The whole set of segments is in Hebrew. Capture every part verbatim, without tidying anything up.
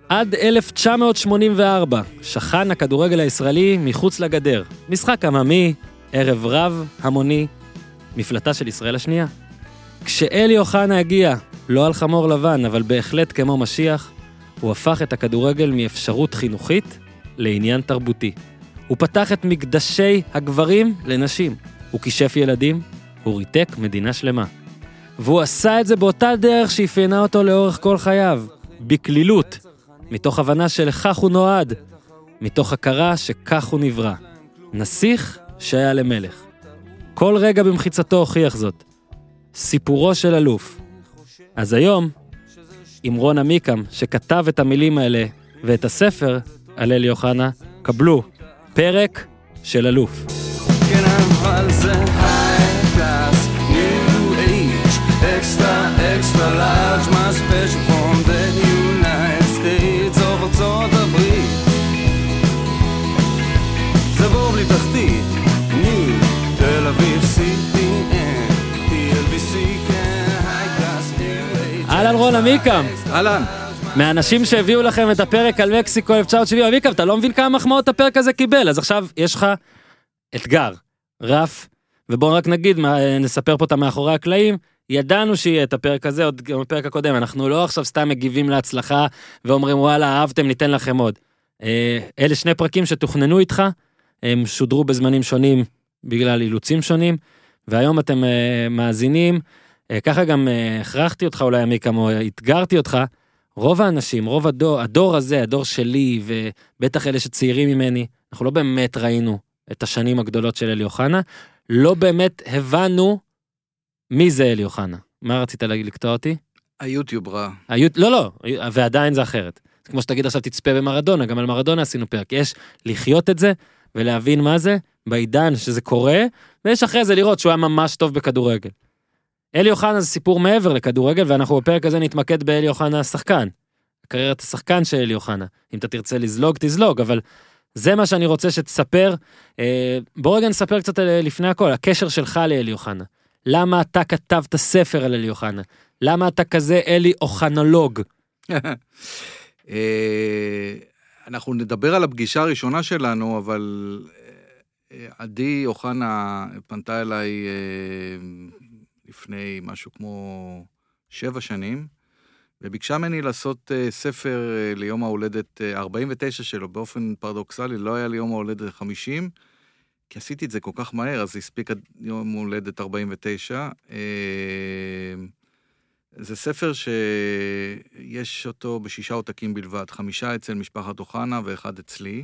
עד אלף תשע מאות שמונים וארבע שכן הכדורגל הישראלי מחוץ לגדר. משחק עממי, ערב רב, המוני, מפלטה של ישראל השנייה. כשאלי אוחנה הגיע, לא על חמור לבן, אבל בהחלט כמו משיח, הוא הפך את הכדורגל מאפשרות חינוכית לעניין תרבותי. הוא פתח את מקדשי הגברים לנשים. הוא כישף ילדים, הוא ריתק מדינה שלמה. והוא עשה את זה באותה דרך שאפיינה אותו לאורך כל חייו, בכלילות, מתוך הבנה שלכך הוא נועד, מתוך הכרה שכך הוא נברא. נסיך שהיה למלך. כל רגע במחיצתו הוכיח זאת. סיפורו של אלוף. אז היום, עם רון עמיקם, שכתב את המילים האלה ואת הספר על אלי אוחנה, קבלו פרק של אלוף. כן, אבל זה high class, new age, extra, extra large, my special from the United States of ארצות הברית. זה בור בלי תחתית, new, תל אביב, סי פי אן, טי אל בי סי, כן, high class, new age. אהלן רון עמיקם. אהלן. מהאנשים שהביאו לכם את הפרק על מקסיקו אלף תשע מאות שבעים, עמיקם, אתה לא מבין כמה מחמאות הפרק הזה קיבל, אז עכשיו יש לך אתגר, רף, ובואו רק נגיד, נספר פה את מאחורי הקלעים, ידענו שיהיה את הפרק הזה, עוד גם הפרק הקודם, אנחנו לא עכשיו סתם מגיבים להצלחה, ואומרים וואלה, אהבתם, ניתן לכם עוד. אלה שני פרקים שתוכננו איתך, הם שודרו בזמנים שונים, בגלל אילוצים שונים, והיום אתם מאזינים, ככה גם הכרחתי אותך אולי עמיקם, או התגרתי אותך, רוב האנשים, רוב הדור, הדור הזה, הדור שלי, ובטח אלה שצעירים ממני, אנחנו לא באמת ראינו את השנים הגדולות של אלי אוחנה, לא באמת הבנו מי זה אלי אוחנה. מה רצית לקטוע אותי? היוטיוב רע. היוט... לא, לא, ועדיין זה אחרת. זה כמו שתגיד עכשיו תצפה במרדונה, גם על מרדונה עשינו פרק. יש לחיות את זה, ולהבין מה זה, בעידן שזה קורה, ויש אחרי זה לראות שהוא היה ממש טוב בכדורגל. אלי אוחנה זה סיפור מעבר לכדורגל, ואנחנו בפרק הזה נתמקד באלי אוחנה השחקן. קריירת השחקן של אלי אוחנה. אם אתה תרצה לזלוג, תזלוג, אבל זה מה שאני רוצה שתספר. בוא רגע נספר קצת לפני הכל, הקשר שלך לאלי אוחנה. למה אתה כתבת ספר על אלי אוחנה? למה אתה כזה אלי אוחנולוג? אנחנו נדבר על הפגישה הראשונה שלנו, אבל עדי אוחנה פנתה אליי לפני משהו כמו שבע שנים, וביקשה ממני לעשות ספר ליום ההולדת ארבעים ותשע שלו, באופן פרדוקסלי, לא היה לי יום ההולדת חמישים, כי עשיתי את זה כל כך מהר, אז הספיק יום ההולדת ארבעים ותשע. זה ספר שיש אותו בשישה עותקים בלבד, חמישה אצל משפחת אוחנה ואחד אצלי.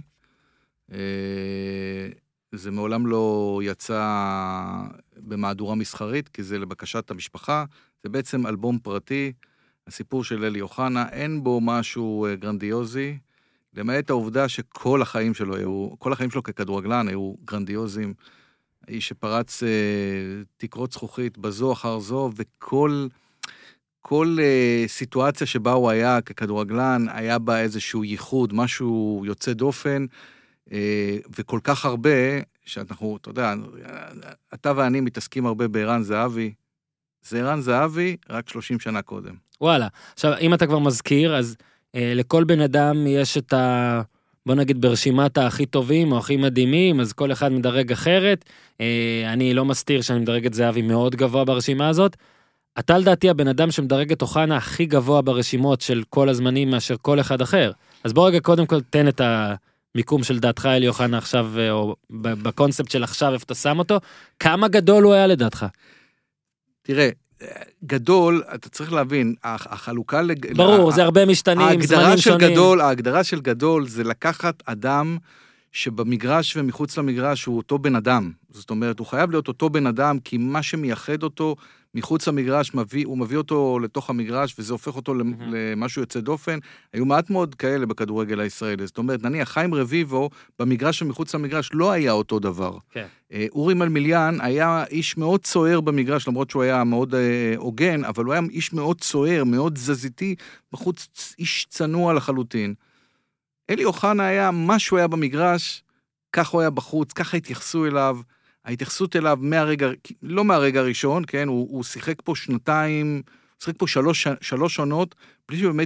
זה מעולם לא יצא במהדורה מסחרית, כי זה לבקשת המשפחה, זה בעצם אלבום פרטי, הסיפור של אלי אוחנה, אין בו משהו גרנדיוזי, למעט העובדה שכל החיים שלו היו, כל החיים שלו ככדורגלן היו גרנדיוזיים, האיש שפרץ אה, תקרות זכוכית בזו אחר זו, וכל כל אה, סיטואציה שבה הוא היה ככדורגלן, היה בה איזשהו ייחוד, משהו יוצא דופן, אה, וכל כך הרבה, שאנחנו, אתה יודע, אתה ואני מתעסקים הרבה בערן זהבי, זה ערן זהבי רק שלושים שנה קודם. וואלה, עכשיו אם אתה כבר מזכיר, אז אה, לכל בן אדם יש את ה... בוא נגיד ברשימת הכי טובים או הכי מדהימים, אז כל אחד מדרג אחרת, אה, אני לא מסתיר שאני מדרג את זהבי מאוד גבוה ברשימה הזאת, אתה לדעתי הבן אדם שמדרג את אוחנה הכי גבוה ברשימות של כל הזמנים מאשר כל אחד אחר, אז בוא רגע קודם כל תן את המיקום של דעתך אלי אוחנה עכשיו, או בקונספט של עכשיו איפה אתה שם אותו, כמה גדול הוא היה לדעתך? תראה, גדול, אתה צריך להבין, החלוקה... לג... ברור, זה הרבה משתנים, זמנים שונים. גדול, ההגדרה של גדול זה לקחת אדם שבמגרש ומחוץ למגרש הוא אותו בן אדם. זאת אומרת, הוא חייב להיות אותו בן אדם, כי מה שמייחד אותו מחוץ למגרש, מביא, הוא מביא אותו לתוך המגרש, וזה הופך אותו mm-hmm. למשהו יוצא דופן. היו מעט מאוד כאלה בכדורגל הישראלי. זאת אומרת, נניח, חיים רביבו, במגרש ומחוץ למגרש, לא היה אותו דבר. כן. אורי מלמיליאן היה איש מאוד צוער במגרש, למרות שהוא היה מאוד הוגן, אבל הוא היה איש מאוד צוער, מאוד זזיתי, בחוץ איש צנוע לחלוטין. אלי אוחנה היה, מה שהוא היה במגרש, כך הוא היה בחוץ, ככה התייחסו אליו, ההתייחסות אליו מהרגע, לא מהרגע הראשון, כן, הוא, הוא שיחק פה שנתיים, הוא שיחק פה שלוש, שלוש שנות, בלי שבאמת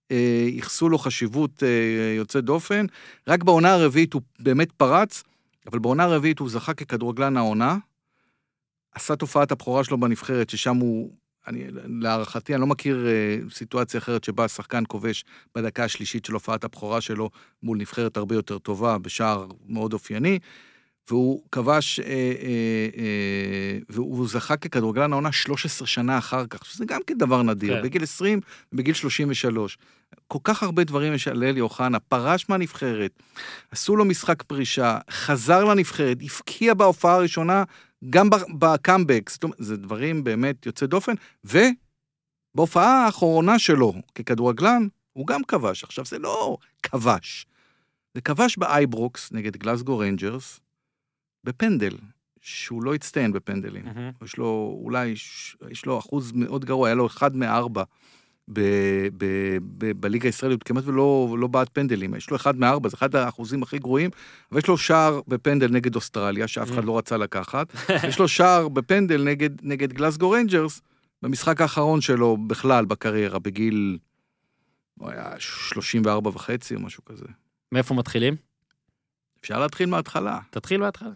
ייחסו לו חשיבות יוצא דופן, רק בעונה הרביעית הוא באמת פרץ, אבל בעונה הרביעית הוא זכה ככדורגלן העונה, עשה תופעת הבכורה שלו בנבחרת, ששם הוא, אני, להערכתי, אני לא מכיר סיטואציה אחרת שבה השחקן כובש בדקה השלישית של הופעת הבכורה שלו, מול נבחרת הרבה יותר טובה, בשער מאוד אופייני, והוא כבש, אה, אה, אה, והוא זכה ככדורגלן העונה שלוש עשרה שנה אחר כך, שזה גם כדבר נדיר, כן. בגיל עשרים ובגיל שלושים ושלוש. כל כך הרבה דברים יש על אלי אוחנה, פרש מהנבחרת, עשו לו משחק פרישה, חזר לנבחרת, הפקיע בהופעה הראשונה, גם בקאמבק, זאת אומרת, זה דברים באמת יוצא דופן, ובהופעה האחרונה שלו ככדורגלן, הוא גם כבש. עכשיו, זה לא כבש, זה כבש באייברוקס נגד גלסגו ריינג'רס, בפנדל, שהוא לא הצטיין בפנדלים. Mm-hmm. יש לו, אולי, יש לו אחוז מאוד גרוע, היה לו אחד מארבע ב, ב, ב, בליגה הישראלית, כמעט ולא לא בעד פנדלים. יש לו אחד מארבע, זה אחד האחוזים הכי גרועים, ויש לו שער בפנדל נגד אוסטרליה, שאף אחד mm-hmm. לא רצה לקחת. יש לו שער בפנדל נגד, נגד גלסגו ריינג'רס, במשחק האחרון שלו בכלל, בקריירה, בגיל, הוא היה שלושים וארבע וחצי או משהו כזה. מאיפה מתחילים? אפשר להתחיל מההתחלה. תתחיל מההתחלה.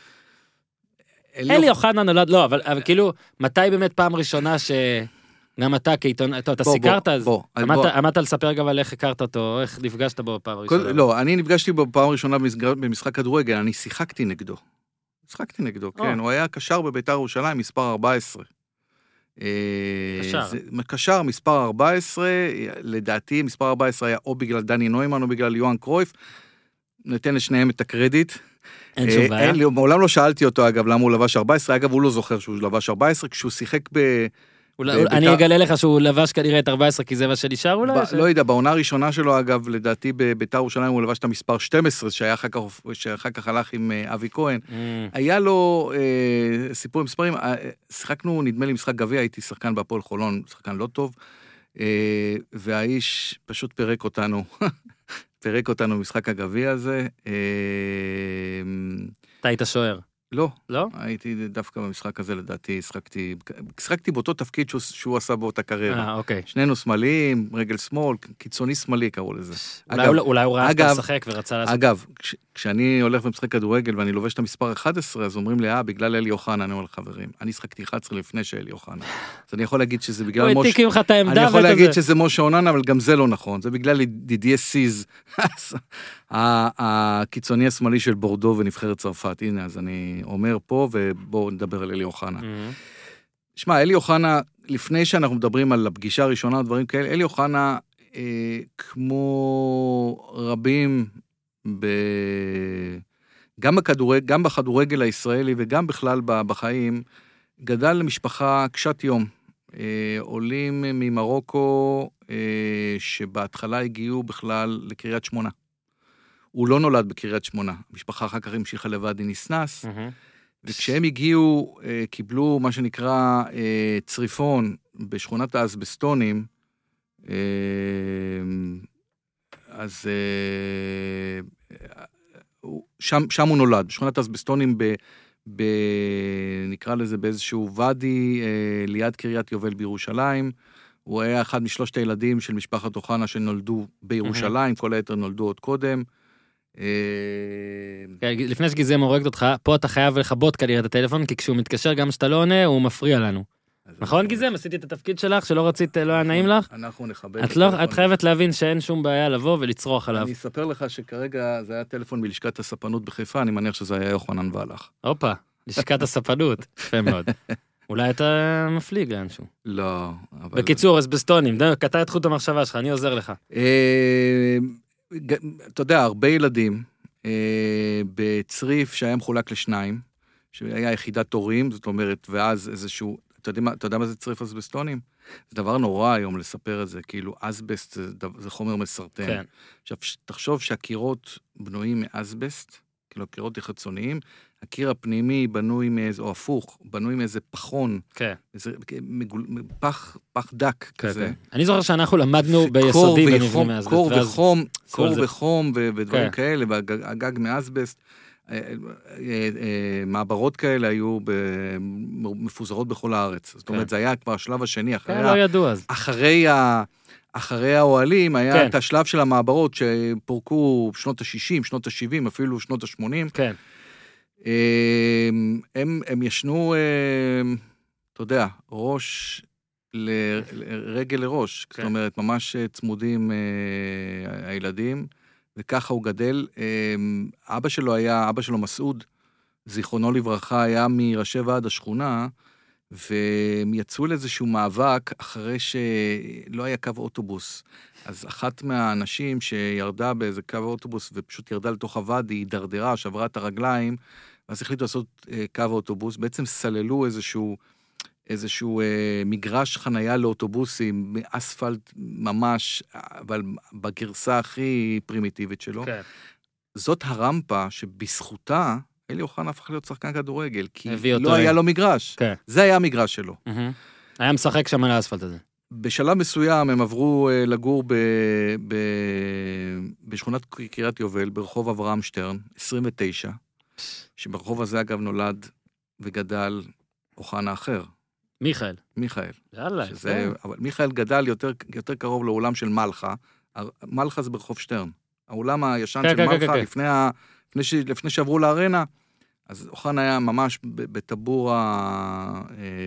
אלי אוחנה נולד, לא, אבל, אבל כאילו, מתי באמת פעם ראשונה שגם אתה כעיתון, אתה, אתה בוא, סיכרת, בוא, אז בוא, עמדת, בוא. עמדת לספר גם על איך הכרת אותו, איך נפגשת בו פעם ראשונה? כל, לא, אני נפגשתי בו פעם ראשונה במסגר, במשחק כדורגל, אני שיחקתי נגדו. שיחקתי נגדו, או. כן, הוא היה קשר בביתר ירושלים, מספר ארבע עשרה. קשר. זה, קשר, מספר ארבע עשרה, לדעתי, מספר ארבע עשרה היה או בגלל דני נוימן או בגלל יוהאן קרויף, ניתן לשניהם את הקרדיט. אין שום בעיה. מעולם לא שאלתי אותו, אגב, למה הוא לבש ארבע עשרה, אגב, הוא לא זוכר שהוא לבש ארבע עשרה, כשהוא שיחק ב... אני אגלה לך שהוא לבש כנראה את ארבע עשרה, כי זה מה שנשאר אולי? לא יודע, בעונה הראשונה שלו, אגב, לדעתי בביתר ירושלים הוא לבש את המספר שתים עשרה, שאחר כך הלך עם אבי כהן. היה לו סיפור עם מספרים, שיחקנו, נדמה לי משחק גביע, הייתי שחקן בהפועל חולון, שחקן לא טוב, והאיש פשוט פירק אותנו. פירק אותנו במשחק הגביע הזה. אתה היית שוער. לא. לא? הייתי דווקא במשחק הזה, לדעתי, שחקתי, שחקתי באותו תפקיד שהוא, שהוא עשה באותה קריירה. אה, אוקיי. שנינו שמאליים, רגל שמאל, קיצוני שמאלי קראו לזה. אולי, אגב, אולי הוא ראה שאתה לשחק ורצה לעשות. אגב, כש, כשאני הולך במשחק כדורגל ואני לובש את המספר אחת עשרה, אז אומרים לי, אה, בגלל אלי אוחנה, אני אומר לחברים. אני שחקתי אחת עשרה לפני שאלי אוחנה. אז אני יכול להגיד שזה בגלל מוש... אני יכול להגיד שזה משה אוננה, אבל גם זה לא נכון. זה בגלל דידיה סיז, הקיצוני השמאלי של בורדו ונבחרת צרפת. הנה, אז אני אומר פה, ובואו נדבר על אלי אוחנה. שמע, אלי אוחנה, לפני שאנחנו מדברים על הפגישה הראשונה, דברים כאלה, אלי אוחנה, אה, כמו רבים, ב... גם, בכדורג... גם בכדורגל הישראלי, וגם בכלל בחיים, גדל למשפחה קשת יום. אה, עולים ממרוקו, אה, שבהתחלה הגיעו בכלל לקריית שמונה. הוא לא נולד בקריית שמונה. המשפחה אחר כך המשיכה לוואדי ניסנס, וכשהם הגיעו, קיבלו מה שנקרא צריפון בשכונת האסבסטונים, אז שם, שם הוא נולד, בשכונת האסבסטונים, ב, ב, נקרא לזה באיזשהו ואדי, ליד קריית יובל בירושלים. הוא היה אחד משלושת הילדים של משפחת אוחנה שנולדו בירושלים, כל היתר נולדו עוד קודם. לפני שגיזם הורגת אותך, פה אתה חייב לחבות כנראה את הטלפון, כי כשהוא מתקשר גם שאתה לא עונה, הוא מפריע לנו. נכון גיזם? עשיתי את התפקיד שלך, שלא רצית, לא היה נעים לך? אנחנו נכבד. את חייבת להבין שאין שום בעיה לבוא ולצרוח עליו. אני אספר לך שכרגע זה היה טלפון מלשכת הספנות בחיפה, אני מניח שזה היה יוחנן והלך. הופה, לשכת הספנות, יפה מאוד. אולי אתה מפליג לאנשהו. לא. בקיצור, אסבסטונים, קטע את חוט המחשבה שלך, אני עוזר לך. אתה יודע, הרבה ילדים בצריף שהיה מחולק לשניים, שהיה יחידת תורים, זאת אומרת, ואז איזשהו, אתה יודע מה, אתה יודע מה זה צריף אסבסטונים? זה דבר נורא היום לספר את זה, כאילו אסבסט זה, זה חומר מסרטן. כן. עכשיו, תחשוב שהקירות בנויים מאסבסט, כאילו הקירות חיצוניים, הקיר הפנימי בנוי מאיזה, או הפוך, בנוי מאיזה פחון, כן. איזה מגול, פח, פח דק כן, כזה. כן. אני זוכר שאנחנו למדנו ביסודי במבנים מאסבסט. קור וחום, קור וחום ודברים כן. כאלה, והגג מאסבסט. מעברות כאלה היו מפוזרות בכל הארץ. זאת אומרת, זה היה כבר השלב השני, אחרי, לא ידעו אז. אחרי, ה, אחרי האוהלים היה כן. את השלב של המעברות שפורקו שנות ה-שישים, שנות ה-שבעים, אפילו שנות ה-שמונים. כן. הם, הם ישנו, אתה יודע, ראש לרגל לראש, כן. זאת אומרת, ממש צמודים הילדים, וככה הוא גדל. אבא שלו היה, אבא שלו מסעוד, זיכרונו לברכה, היה מראשי ועד השכונה, והם יצאו לאיזשהו מאבק אחרי שלא היה קו אוטובוס. אז אחת מהאנשים שירדה באיזה קו אוטובוס ופשוט ירדה לתוך הוואדי, היא דרדרה, שברה את הרגליים, ואז החליטו לעשות קו אוטובוס, בעצם סללו איזשהו, איזשהו אה, מגרש חנייה לאוטובוסים, מאספלט ממש, אבל בגרסה הכי פרימיטיבית שלו. כן. זאת הרמפה שבזכותה, אלי אוחנה הפך להיות שחקן כדורגל, כי אותו לא היה לו מגרש. כן. זה היה המגרש שלו. Mm-hmm. היה משחק שם על האספלט הזה. בשלב מסוים הם עברו uh, לגור ב, ב, בשכונת קריית יובל, ברחוב אברהם שטרן, עשרים ותשע, שברחוב הזה אגב נולד וגדל אוחנה אחר. מיכאל. מיכאל. יאללה. שזה, אבל מיכאל גדל יותר, יותר קרוב לאולם של מלכה. מלכה זה ברחוב שטרן. האולם הישן כן, של כן, מלכה, כן, לפני, ה, לפני, ש, לפני שעברו לארנה, אז אוחנה היה ממש בטבור, ה,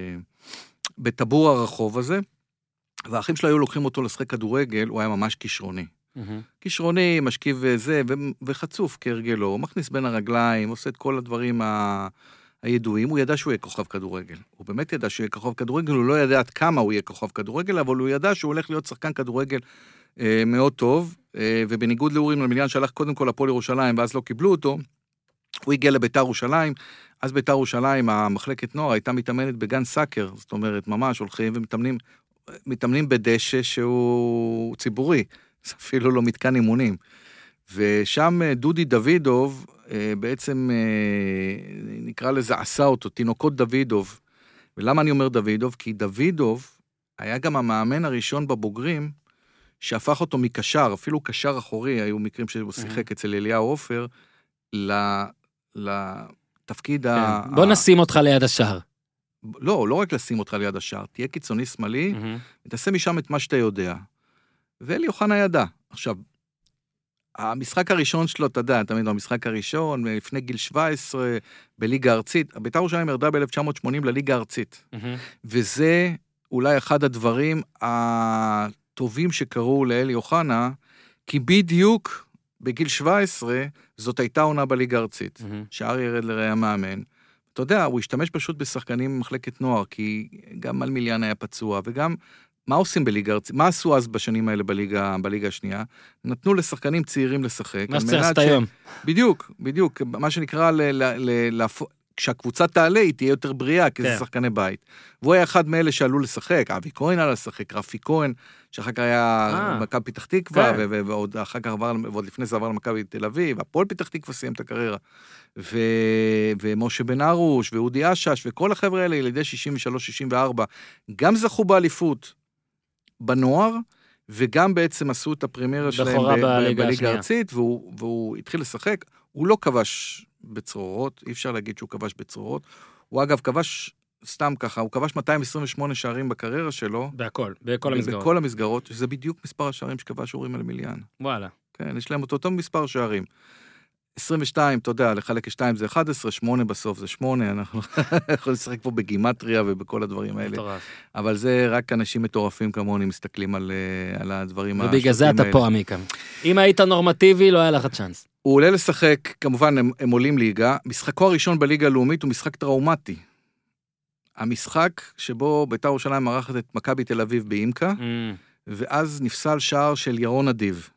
בטבור הרחוב הזה, והאחים שלו היו לוקחים אותו לשחק כדורגל, הוא היה ממש כישרוני. Mm-hmm. כישרוני, משכיב זה, ו, וחצוף כהרגלו, הוא מכניס בין הרגליים, עושה את כל הדברים ה... הידועים, הוא ידע שהוא יהיה כוכב כדורגל. הוא באמת ידע שהוא יהיה כוכב כדורגל, הוא לא ידע עד כמה הוא יהיה כוכב כדורגל, אבל הוא ידע שהוא הולך להיות שחקן כדורגל אה, מאוד טוב, אה, ובניגוד לאורי מלמיליאן שהלך קודם כל לפועל ירושלים, ואז לא קיבלו אותו, הוא הגיע לביתר ירושלים, אז ביתר ירושלים, המחלקת נוער, הייתה מתאמנת בגן סאקר, זאת אומרת, ממש הולכים ומתאמנים, מתאמנים בדשא שהוא ציבורי, זה אפילו לא מתקן אימונים. ושם דודי דוידוב, בעצם נקרא לזה עשה אותו, תינוקות דוידוב. ולמה אני אומר דוידוב? כי דוידוב היה גם המאמן הראשון בבוגרים, שהפך אותו מקשר, אפילו קשר אחורי, היו מקרים שהוא שיחק אצל אליהו עופר, לתפקיד ה... בוא נשים אותך ליד השער. לא, לא רק לשים אותך ליד השער, תהיה קיצוני שמאלי, ותעשה משם את מה שאתה יודע. ואלי אוחנה ידע. עכשיו, המשחק הראשון שלו, אתה יודע, תמיד המשחק הראשון, לפני גיל שבע עשרה, בליגה הארצית, בית"ר ירושלים ירדה ב-אלף תשע מאות שמונים לליגה הארצית. וזה אולי אחד הדברים הטובים שקרו לאלי אוחנה, כי בדיוק בגיל שבע עשרה, זאת הייתה עונה בליגה הארצית, שער ירד לראי המאמן. אתה יודע, הוא השתמש פשוט בשחקנים במחלקת נוער, כי גם מלמיליאן היה פצוע, וגם מה עושים בליגה ארצית? מה עשו אז בשנים האלה בליגה, בליגה השנייה? נתנו לשחקנים צעירים לשחק. מה שצריך את היום. בדיוק, בדיוק. מה שנקרא, ל, ל, ל, ל, כשהקבוצה תעלה, היא תהיה יותר בריאה, כי זה שחקני בית. והוא היה אחד מאלה שעלו לשחק. אבי כהן עלה לשחק, רפי כהן, שאחר כך היה מכבי פתח תקווה, ועוד אחר כך עבר, ועוד לפני זה עבר למכבי תל אביב, הפועל פתח תקווה סיים את הקריירה. ו... ומשה בן ארוש, ואודי אשש, וכל החבר'ה האלה, ילידי שישים ושלוש שישים וארבע, גם זכו באליפות בנוער, וגם בעצם עשו את הפרימיירה שלהם בליגה הארצית, והוא, והוא התחיל לשחק. הוא לא כבש בצרורות, אי אפשר להגיד שהוא כבש בצרורות. הוא אגב כבש סתם ככה, הוא כבש מאתיים עשרים ושמונה שערים בקריירה שלו. בהכל, בכל המסגרות. בכל המסגרות, שזה בדיוק מספר השערים שכבש אורי מלמיליאן. וואלה. כן, יש להם אותו, אותו מספר שערים. עשרים ושתיים, אתה יודע, לחלק שתיים זה אחת עשרה, שמונה בסוף זה שמונה, אנחנו יכולים לשחק פה בגימטריה ובכל הדברים האלה. מטורף. אבל זה רק אנשים מטורפים כמוני מסתכלים על, על הדברים האלה. ובגלל זה אתה פה עמיקם. אם היית נורמטיבי, לא היה לך צ'אנס. הוא עולה לשחק, כמובן הם, הם עולים ליגה, משחקו הראשון בליגה הלאומית הוא משחק טראומטי. המשחק שבו בית"ר ירושלים מארחת את מכבי תל אביב באימקה, mm. ואז נפסל שער של ירון אדיב.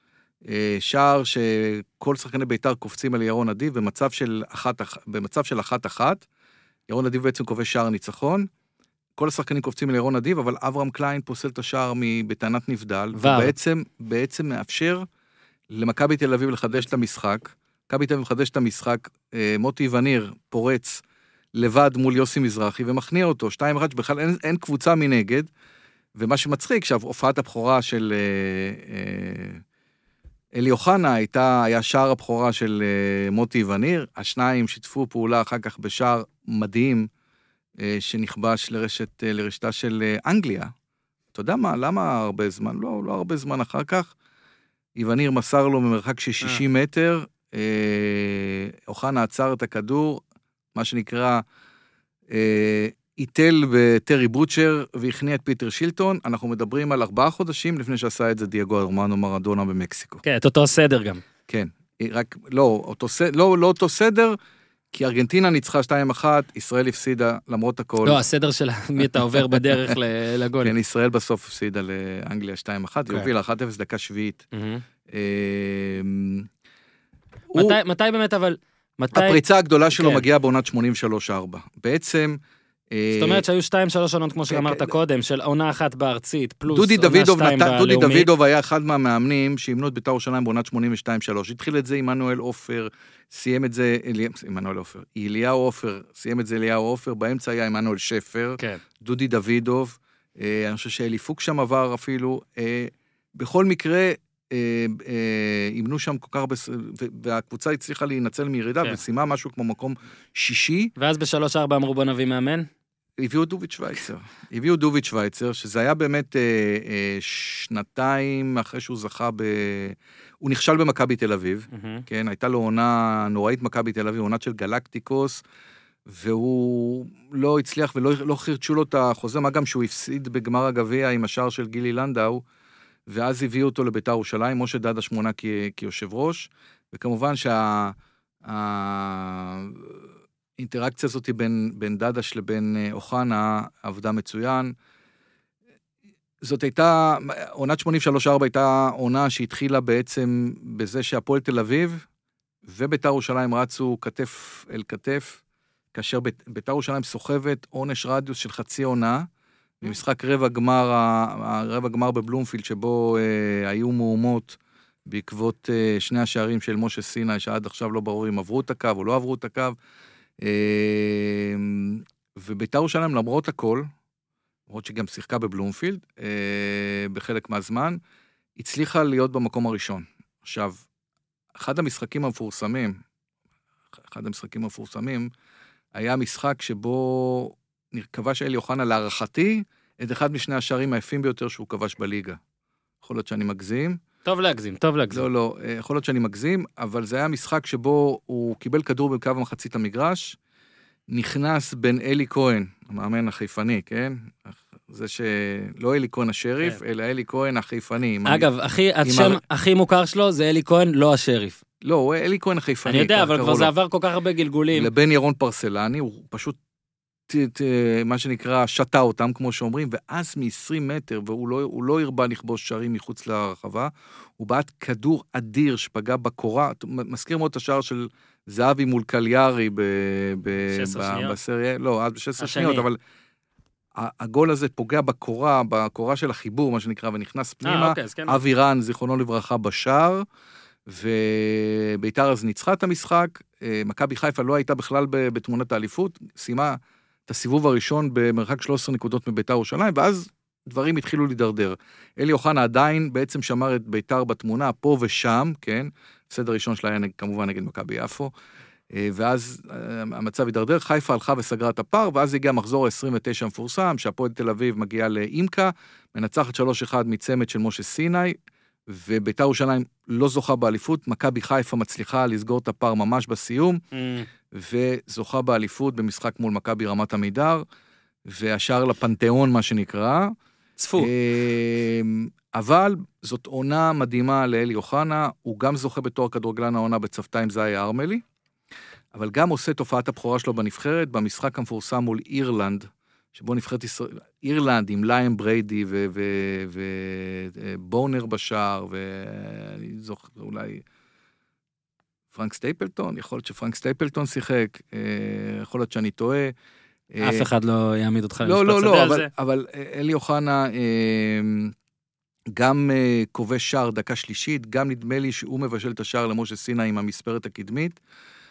שער שכל שחקני בית"ר קופצים על ירון אדיב במצב של אחת, במצב של אחת אחת, ירון אדיב בעצם כובש שער ניצחון, כל השחקנים קופצים על ירון אדיב, אבל אברהם קליין פוסל את השער בטענת נבדל, ובעצם בעצם מאפשר למכבי תל אביב לחדש את המשחק, מכבי תל אביב מחדש את המשחק, מוטי וניר פורץ לבד מול יוסי מזרחי, ומכניע אותו, שתיים אחת, שבכלל אין, אין קבוצה מנגד, ומה שמצחיק, שהופעת הבכורה של אלי אוחנה הייתה, היה שער הבכורה של uh, מוטי וניר, השניים שיתפו פעולה אחר כך בשער מדהים, uh, שנכבש לרשת, uh, לרשתה של uh, אנגליה. אתה יודע מה, למה הרבה זמן? לא, לא הרבה זמן אחר כך. איווניר מסר לו ממרחק של שישים מטר, אוחנה עצר את הכדור, מה שנקרא, איטל בטרי בוצ'ר, והכניע את פיטר שילטון. אנחנו מדברים על ארבעה חודשים לפני שעשה את זה דייגו ארמנדו מרדונה במקסיקו. כן, את אותו סדר גם. כן, רק, לא, אותו, לא, לא אותו סדר, כי ארגנטינה ניצחה שתיים אחת, ישראל הפסידה למרות הכל. לא, הסדר של מי אתה עובר בדרך לגול. כן, ישראל בסוף הפסידה לאנגליה שתיים אחת, היא הובילה אחת אפס דקה שביעית. מתי באמת אבל... הפריצה הגדולה שלו מגיעה בעונת שמונים ושלוש ארבע. בעצם... זאת אומרת שהיו שתיים שלוש עונות כמו שאמרת קודם, של עונה אחת בארצית, פלוס עונה שתיים בלאומית. דודי דוידוב היה אחד מהמאמנים שאימנו את בית"ר ירושלים בעונת שמונים ושתיים שלוש. התחיל את זה עמנואל עופר, סיים את זה, עמנואל עופר, אליהו עופר, סיים את זה אליהו עופר, באמצע היה עמנואל שפר, דודי דוידוב, אני חושב שאלי פוק שם עבר אפילו, בכל מקרה, אימנו שם כל כך הרבה, והקבוצה הצליחה להינצל מירידה, וסיימה משהו כמו מקום שישי. ואז בשלוש ארבע אמרו בוא נביא מאמן? הביאו דוביץ' שוויצר. הביאו דוביץ' שוויצר, שזה היה באמת שנתיים אחרי שהוא זכה ב... הוא נכשל במכבי תל אביב, כן? הייתה לו עונה נוראית מכבי תל אביב, עונת של גלקטיקוס, והוא לא הצליח ולא חרצ'ו לו את החוזה, מה גם שהוא הפסיד בגמר הגביע עם השער של גילי לנדאו, ואז הביאו אותו לבית"ר ירושלים, משה דדה שמונה כיושב ראש, וכמובן שהאינטראקציה הזאת בין, בין דדש לבין אוחנה עבדה מצוין. זאת הייתה, עונת שמונים ושלוש ארבע הייתה עונה שהתחילה בעצם בזה שהפועל תל אביב ובית"ר ירושלים רצו כתף אל כתף, כאשר בית"ר ירושלים סוחבת עונש רדיוס של חצי עונה, במשחק רבע גמר, הרבע גמר בבלומפילד, שבו אה, היו מהומות בעקבות אה, שני השערים של משה סיני, שעד עכשיו לא ברור אם עברו את הקו או לא עברו את הקו, אה, ובית"ר ירושלים למרות הכל, למרות שגם שיחקה בבלומפילד, אה, בחלק מהזמן, הצליחה להיות במקום הראשון. עכשיו, אחד המשחקים המפורסמים, אחד המשחקים המפורסמים, היה משחק שבו כבש אלי אוחנה להערכתי את אחד משני השערים היפים ביותר שהוא כבש בליגה. יכול להיות שאני מגזים. טוב להגזים, טוב להגזים. לא, לא, יכול להיות שאני מגזים, אבל זה היה משחק שבו הוא קיבל כדור בקו המחצית המגרש, נכנס בין אלי כהן, המאמן החיפני, כן? זה שלא אלי כהן השריף, אלא אלי כהן החיפני. אגב, השם הכי מוכר שלו זה אלי כהן, לא השריף. לא, אלי כהן החיפני. אני יודע, אבל כבר זה עבר כל כך הרבה גלגולים. לבין ירון פרסלני, הוא פשוט מה שנקרא, שתה אותם, כמו שאומרים, ואז מ-עשרים מטר, והוא לא, הוא לא הרבה לכבוש שערים מחוץ לרחבה, הוא בעט כדור אדיר שפגע בקורה, מזכיר מאוד את השער של זהבי מול קליארי בסריה, לא, עד ב-שש עשרה שניות, אבל הגול הזה פוגע בקורה, בקורה של החיבור, מה שנקרא, ונכנס פנימה, אבי רן, זיכרונו לברכה, בשער, ובית"ר אז ניצחה את המשחק, מכבי חיפה לא הייתה בכלל בתמונת האליפות, סיימה את הסיבוב הראשון במרחק שלוש עשרה נקודות מבית"ר ירושלים, ואז דברים התחילו להידרדר. אלי אוחנה עדיין בעצם שמר את בית"ר בתמונה, פה ושם, כן? בסדר ראשון שלה היה כמובן נגד מכבי יפו, ואז המצב הידרדר, חיפה הלכה וסגרה את הפער, ואז הגיע מחזור ה-עשרים ותשע המפורסם, שהפועל תל אביב מגיעה לאימקה, מנצחת שלוש אחד מצמד של משה סיני, ובית"ר ירושלים לא זוכה באליפות, מכבי חיפה מצליחה לסגור את הפער ממש בסיום, mm. וזוכה באליפות במשחק מול מכבי רמת עמידר, והשאר לפנתיאון מה שנקרא. צפו. אבל זאת עונה מדהימה לאלי אוחנה, הוא גם זוכה בתואר כדורגלן העונה בצוותא עם זאי ארמלי, אבל גם עושה תופעת הבכורה שלו בנבחרת, במשחק המפורסם מול אירלנד, שבו נבחרת ישראל, אירלנד עם ליאם בריידי ובונר בשער, ואני זוכר אולי פרנק סטייפלטון, יכול להיות שפרנק סטייפלטון שיחק, יכול להיות שאני טועה. אף אחד לא יעמיד אותך לא, לא, לא, אבל, אבל אלי אוחנה גם כובש שער דקה שלישית, גם נדמה לי שהוא מבשל את השער למשה סיני עם המספרת הקדמית,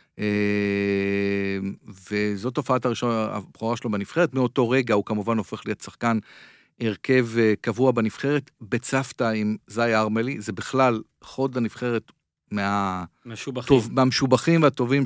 וזאת תופעת הבכורה שלו בנבחרת, מאותו רגע הוא כמובן הופך להיות שחקן הרכב קבוע בנבחרת, בצוותא עם זאי ארמלי, זה בכלל חוד הנבחרת מהמשובחים והטובים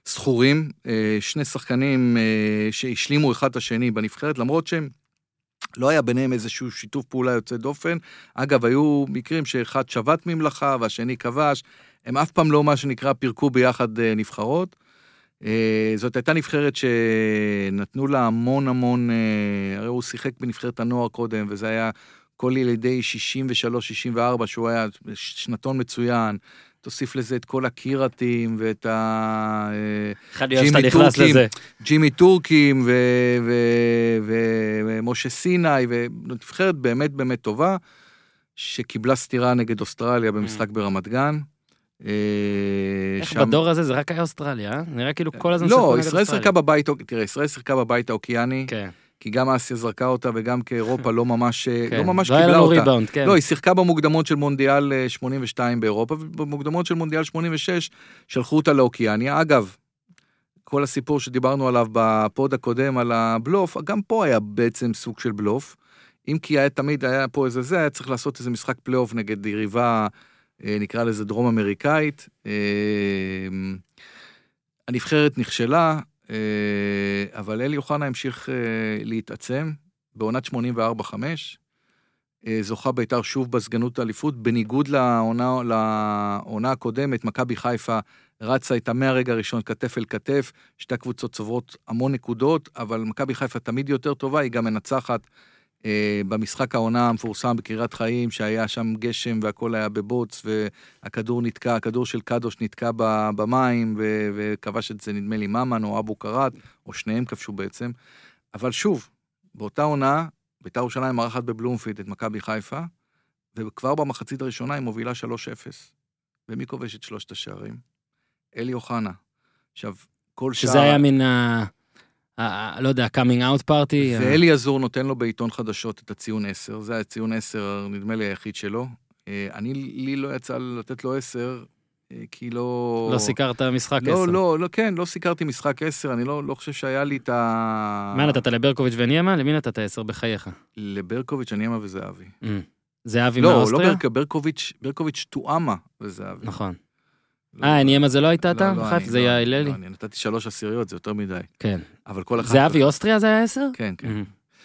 שסחורים, שני שחקנים שהשלימו אחד השני בנבחרת, למרות שהם לא היה ביניהם איזשהו שיתוף פעולה יוצא דופן. אגב, היו מקרים שאחד שבת ממלכה והשני כבש, הם אף פעם לא מה שנקרא פירקו ביחד נבחרות. זאת הייתה נבחרת שנתנו לה המון המון, הרי הוא שיחק בנבחרת הנוער קודם, וזה היה כל ילידי שישים ושלוש שישים וארבע, שהוא היה שנתון מצוין, תוסיף לזה את כל הקירתים, ואת ה... ג'ימי טורקים, ג'ימי טורקים, ומשה סיני, ונבחרת באמת באמת טובה, שקיבלה סתירה נגד אוסטרליה במשחק ברמת גן. איך בדור הזה זה רק היה אוסטרליה, נראה כאילו כל הזמן שיחקו נגד אוסטרליה. לא, ישראל שיחקה בבית, תראה, ישראל שיחקה בבית האוקיאני, כן. כי גם אסיה זרקה אותה, וגם כאירופה לא ממש, כן. לא ממש לא קיבלה אותה. ריבאונד, כן. לא, היא שיחקה במוקדמות של מונדיאל שמונים ושתיים באירופה, ובמוקדמות של מונדיאל שמונים ושש שלחו אותה לאוקיאניה. אגב, כל הסיפור שדיברנו עליו בפוד הקודם על הבלוף, גם פה היה בעצם סוג של בלוף, אם כי היה תמיד, היה פה איזה זה, היה צריך לעשות איזה משחק פלייאוף נגד יריבה, נקרא לזה דרום אמריקאית. הנבחרת נכשלה, אבל אלי אוחנה המשיך להתעצם, בעונת שמונים וארבע חמש, זוכה בית"ר שוב בסגנות האליפות, בניגוד לעונה, לעונה הקודמת, מכבי חיפה רצה איתה מהרגע הראשון כתף אל כתף, שתי הקבוצות צוברות המון נקודות, אבל מכבי חיפה תמיד יותר טובה, היא גם מנצחת במשחק העונה המפורסם בקריית חיים, שהיה שם גשם והכל היה בבוץ, והכדור נתקע, הכדור של קדוש נתקע במים, וכבש את זה נדמה לי ממן או אבו קרת, או שניהם כבשו בעצם. אבל שוב, באותה עונה, בית"ר ירושלים מארחת בבלומפילד את מכבי חיפה, וכבר במחצית הראשונה היא מובילה שלוש אפס. ומי כובש את שלושת השערים? אלי אוחנה. עכשיו, כל שער... שזה היה מן ה... לא יודע, coming out party. ואלי עזור נותן לו בעיתון חדשות את הציון עשר, זה הציון עשר, נדמה לי היחיד שלו. אני, לי לא יצא לתת לו עשר, כי לא... לא סיקרת משחק עשר. לא, לא, לא, כן, לא סיקרתי משחק עשר, אני לא, לא חושב שהיה לי את ה... מה נתת, לברקוביץ' וניימה? למי נתת עשר בחייך? לברקוביץ', וניימה וזהבי. זהבי מהאוסטריה? לא, לא ברקוביץ', ברקוביץ' תואמה וזהבי. נכון. אה, ניימה זה לא הייתה אתה? בחיפה? זה היה היללי? לא, אני נתתי שלוש עשיריות, זה יותר מדי. כן. אבל כל אחד... זהבי אוסטריה זה היה עשר? כן, כן.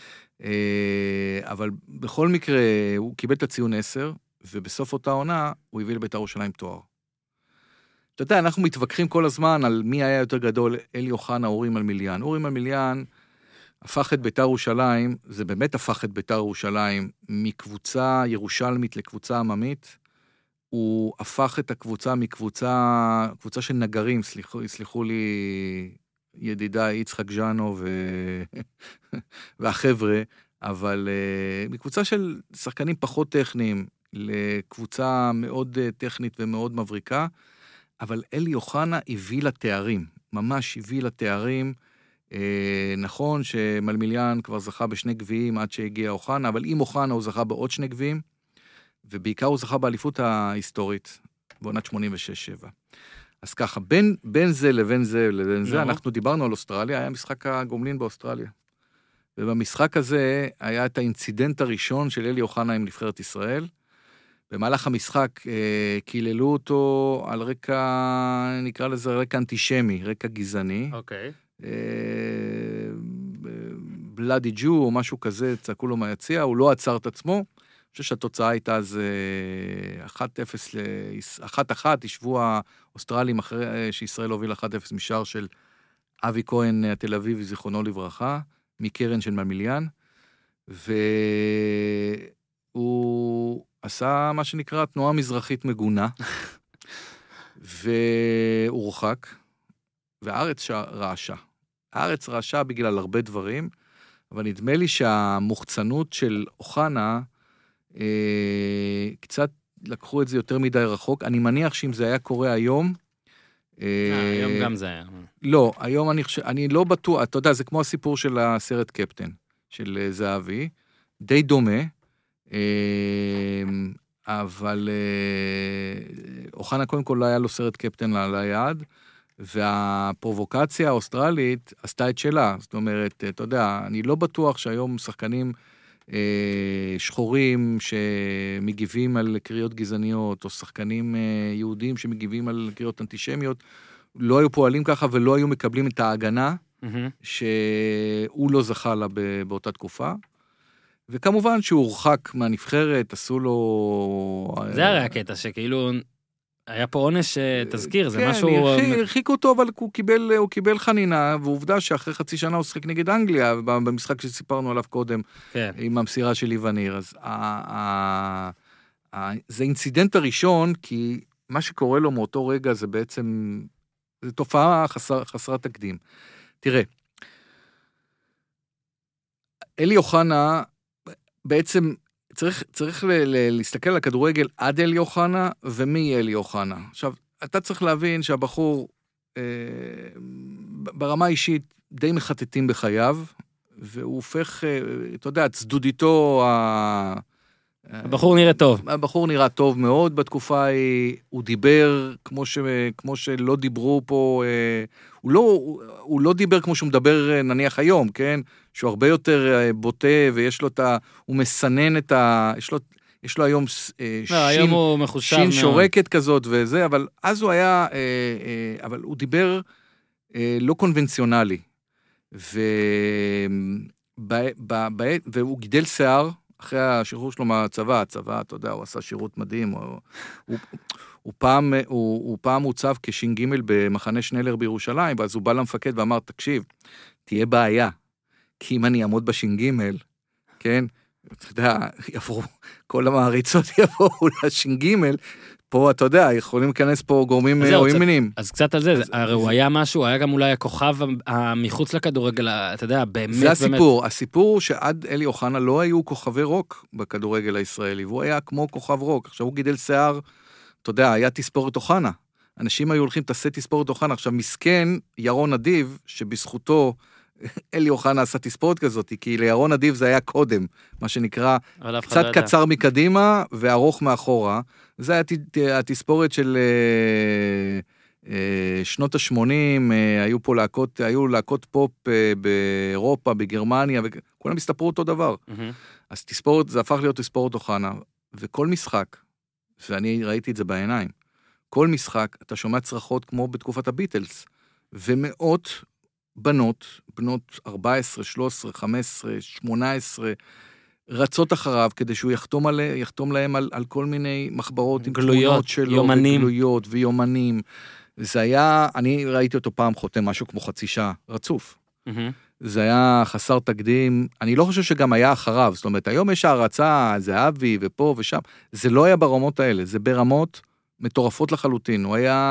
אבל בכל מקרה, הוא קיבל את הציון עשר, ובסוף אותה עונה, הוא הביא לבית"ר ירושלים תואר. אתה יודע, אנחנו מתווכחים כל הזמן על מי היה יותר גדול, אלי אוחנה, אורי מלמיליאן. אורי מלמיליאן הפך את בית"ר ירושלים, זה באמת הפך את בית"ר ירושלים, מקבוצה ירושלמית לקבוצה עממית, הוא הפך את הקבוצה מקבוצה, קבוצה של נגרים, סליחו, סליחו לי ידידיי יצחק ז'אנו ו... והחבר'ה, אבל uh, מקבוצה של שחקנים פחות טכניים, לקבוצה מאוד uh, טכנית ומאוד מבריקה, אבל אלי אוחנה הביא לתארים, ממש הביא לתארים, uh, נכון שמלמיליאן כבר זכה בשני גביעים עד שהגיע אוחנה, אבל עם אוחנה הוא זכה בעוד שני גביעים, ובעיקר הוא זכה באליפות ההיסטורית, בעונת שמונים ושש שבע. אז ככה, בין, בין זה לבין זה לבין זה, אנחנו דיברנו על אוסטרליה, היה משחק הגומלין באוסטרליה. ובמשחק הזה היה את האינצידנט הראשון של אלי אוחנה עם נבחרת ישראל. במהלך המשחק אה, קיללו אותו על רקע, נקרא לזה רקע אנטישמי, רקע גזעני. אוקיי. אה, בלאדי ג'ו או משהו כזה, צעקו לו מהיציע, הוא לא עצר את עצמו. אני חושב שהתוצאה הייתה אז אחת אפס, אחת אחת, ישבו האוסטרלים אחרי שישראל הוביל אחת אפס משער של אבי כהן התל אביב, זיכרונו לברכה, מקרן של מלמיליאן, והוא עשה מה שנקרא תנועה מזרחית מגונה, והוא הורחק, והארץ רעשה. הארץ רעשה בגלל הרבה דברים, אבל נדמה לי שהמוחצנות של אוחנה, קצת לקחו את זה יותר מדי רחוק. אני מניח שאם זה היה קורה היום... היום גם זה היה. לא, היום אני חושב, אני לא בטוח, אתה יודע, זה כמו הסיפור של הסרט קפטן, של זהבי, די דומה, אבל אוחנה קודם כל לא היה לו סרט קפטן על היד, והפרובוקציה האוסטרלית עשתה את שלה. זאת אומרת, אתה יודע, אני לא בטוח שהיום שחקנים שחורים שמגיבים על קריאות גזעניות, או שחקנים יהודים שמגיבים על קריאות אנטישמיות, לא היו פועלים ככה ולא היו מקבלים את ההגנה שהוא לא זכה לה באותה תקופה. וכמובן שהוא הורחק מהנבחרת, עשו לו... זה הרי הקטע, שכאילו... היה פה עונש תזכיר, זה משהו... כן, הרחיקו אותו, אבל הוא קיבל, הוא קיבל חנינה, ועובדה שאחרי חצי שנה הוא שחק נגד אנגליה, במשחק שסיפרנו עליו קודם, כן. עם המסירה של ליבניר. אז ה, ה, ה, זה אינצידנט הראשון, כי מה שקורה לו מאותו רגע זה בעצם, זה תופעה חסר, חסרת תקדים. תראה, אלי אוחנה בעצם... צריך, צריך ל- ל- להסתכל על הכדורגל עד אלי אוחנה, ומי אלי אוחנה. עכשיו, אתה צריך להבין שהבחור, אה, ברמה האישית, די מחטטים בחייו, והוא הופך, אה, אתה יודע, צדודיתו, ה... הבחור נראה טוב. הבחור נראה טוב מאוד בתקופה ההיא, הוא דיבר כמו, ש, כמו שלא דיברו פה, אה, הוא, לא, הוא, הוא לא דיבר כמו שהוא מדבר נניח היום, כן? שהוא הרבה יותר בוטה, ויש לו את ה... הוא מסנן את ה... יש לו, יש לו היום אה, לא, שין, היום הוא מחושב שין מאוד. שורקת כזאת וזה, אבל אז הוא היה, אה, אה, אבל הוא דיבר אה, לא קונבנציונלי, ו... ב, ב, ב, והוא גידל שיער, אחרי השחרור שלו מהצבא, הצבא, אתה יודע, הוא עשה שירות מדהים, הוא, הוא, הוא, פעם, הוא, הוא פעם הוצב כשין גימל במחנה שנלר בירושלים, ואז הוא בא למפקד ואמר, תקשיב, תהיה בעיה, כי אם אני אעמוד בשין גימל, כן, אתה יודע, יבואו, כל המעריצות יבואו לשין גימל, פה, אתה יודע, יכולים להיכנס פה גורמים רואים מינים. אז קצת על זה, הרי הוא היה משהו, היה גם אולי הכוכב מחוץ לכדורגל, אתה יודע, באמת. זה הסיפור, הסיפור הוא שעד אלי אוחנה לא היו כוכבי רוק בכדורגל הישראלי, והוא היה כמו כוכב רוק, עכשיו הוא גידל שיער, אתה יודע, היה תספורת אוחנה, אנשים היו הולכים תעשה תספורת אוחנה, עכשיו מסכן ירון אדיב, שבזכותו אלי אוחנה עשה תספורת כזאת, כי לירון אדיב זה היה קודם, מה שנקרא, קצת קצר מקדימה וארוך מאחורה, זה היה התספורת של שנות ה-שמונים, היו פה להקות, היו להקות פופ באירופה, בגרמניה, וכולם הסתפרו אותו דבר. אז תספורת, זה הפך להיות תספורת אוחנה, וכל משחק, ואני ראיתי את זה בעיניים, כל משחק, אתה שומע צרחות כמו בתקופת הביטלס, ומאות בנות, בנות ארבע עשרה, שלוש עשרה, חמש עשרה, שמונה עשרה, רצות אחריו, כדי שהוא יחתום, עלי, יחתום להם על, על כל מיני מחברות עם תמונות שלו, יומנים. וגלויות ויומנים. זה היה, אני ראיתי אותו פעם חותם משהו כמו חצי שעה, רצוף. Mm-hmm. זה היה חסר תקדים, אני לא חושב שגם היה אחריו, זאת אומרת, היום יש הערצה, זה אבי ופה ושם, זה לא היה ברמות האלה, זה ברמות מטורפות לחלוטין, הוא היה...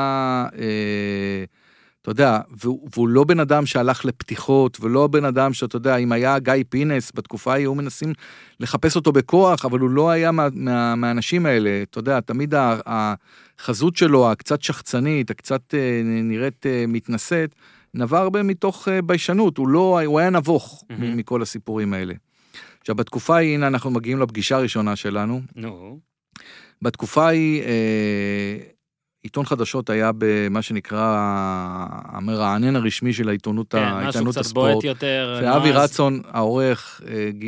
אה, אתה יודע, והוא, והוא לא בן אדם שהלך לפתיחות, ולא בן אדם שאתה יודע, אם היה גיא פינס, בתקופה היו מנסים לחפש אותו בכוח, אבל הוא לא היה מה, מה, מהאנשים האלה, אתה יודע, תמיד החזות שלו, הקצת שחצנית, הקצת נראית מתנשאת, נבע הרבה מתוך ביישנות, הוא לא, הוא היה נבוך mm-hmm. מכל הסיפורים האלה. עכשיו, בתקופה היא, הנה אנחנו מגיעים לפגישה הראשונה שלנו, no. בתקופה היא, אה, עיתון חדשות היה במה שנקרא המרענן הרשמי של העיתונות, כן, העיתונות משהו קצת בועט יותר. ואבי רצון, העורך,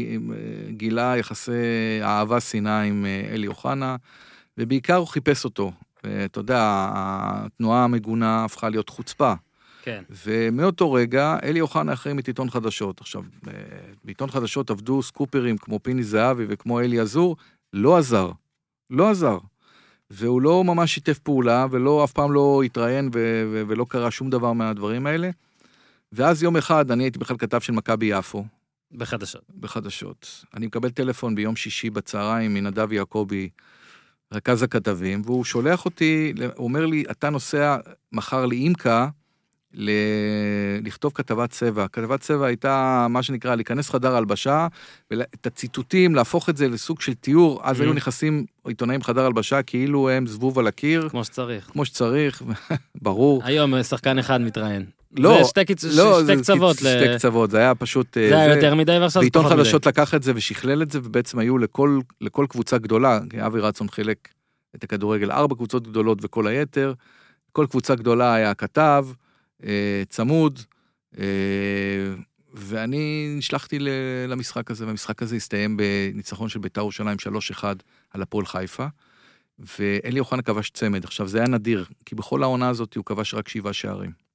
גילה יחסי אהבה שנאה עם אלי אוחנה, ובעיקר הוא חיפש אותו. ואתה יודע, התנועה המגונה הפכה להיות חוצפה. כן. ומאותו רגע, אלי אוחנה החרים את עיתון חדשות. עכשיו, בעיתון חדשות עבדו סקופרים כמו פיני זהבי וכמו אלי עזור, לא עזר. לא עזר. והוא לא ממש שיתף פעולה, ולא, אף פעם לא התראיין, ו- ו- ולא קרה שום דבר מהדברים האלה. ואז יום אחד, אני הייתי בכלל כתב של מכבי יפו. בחדשות. בחדשות. אני מקבל טלפון ביום שישי בצהריים, מנדב יעקבי, רכז הכתבים, והוא שולח אותי, הוא אומר לי, אתה נוסע מחר לאימקה, ל... לכתוב כתבת צבע. כתבת צבע הייתה מה שנקרא להיכנס חדר הלבשה, ואת הציטוטים, להפוך את זה לסוג של תיאור, אז mm-hmm. היו נכנסים עיתונאים חדר הלבשה, כאילו הם זבוב על הקיר. כמו שצריך. כמו שצריך, ברור. היום שחקן אחד מתראיין. לא, זה שתי, קצ... לא, שתי קצוות. שתי ל... קצוות, זה היה פשוט... זה היה יותר מדי ועכשיו... בעיתון חדשות לקח את זה ושכלל את זה, ובעצם היו לכל, לכל קבוצה גדולה, אבי רצון חילק את הכדורגל, ארבע קבוצות גדולות וכל היתר, כל קבוצה גדולה היה כתב, צמוד, ואני נשלחתי למשחק הזה, והמשחק הזה הסתיים בניצחון של בית"ר ירושלים שלוש אחד על הפועל חיפה, ואלי אוחנה כבש צמד. עכשיו, זה היה נדיר, כי בכל העונה הזאת הוא כבש רק שבעה שערים.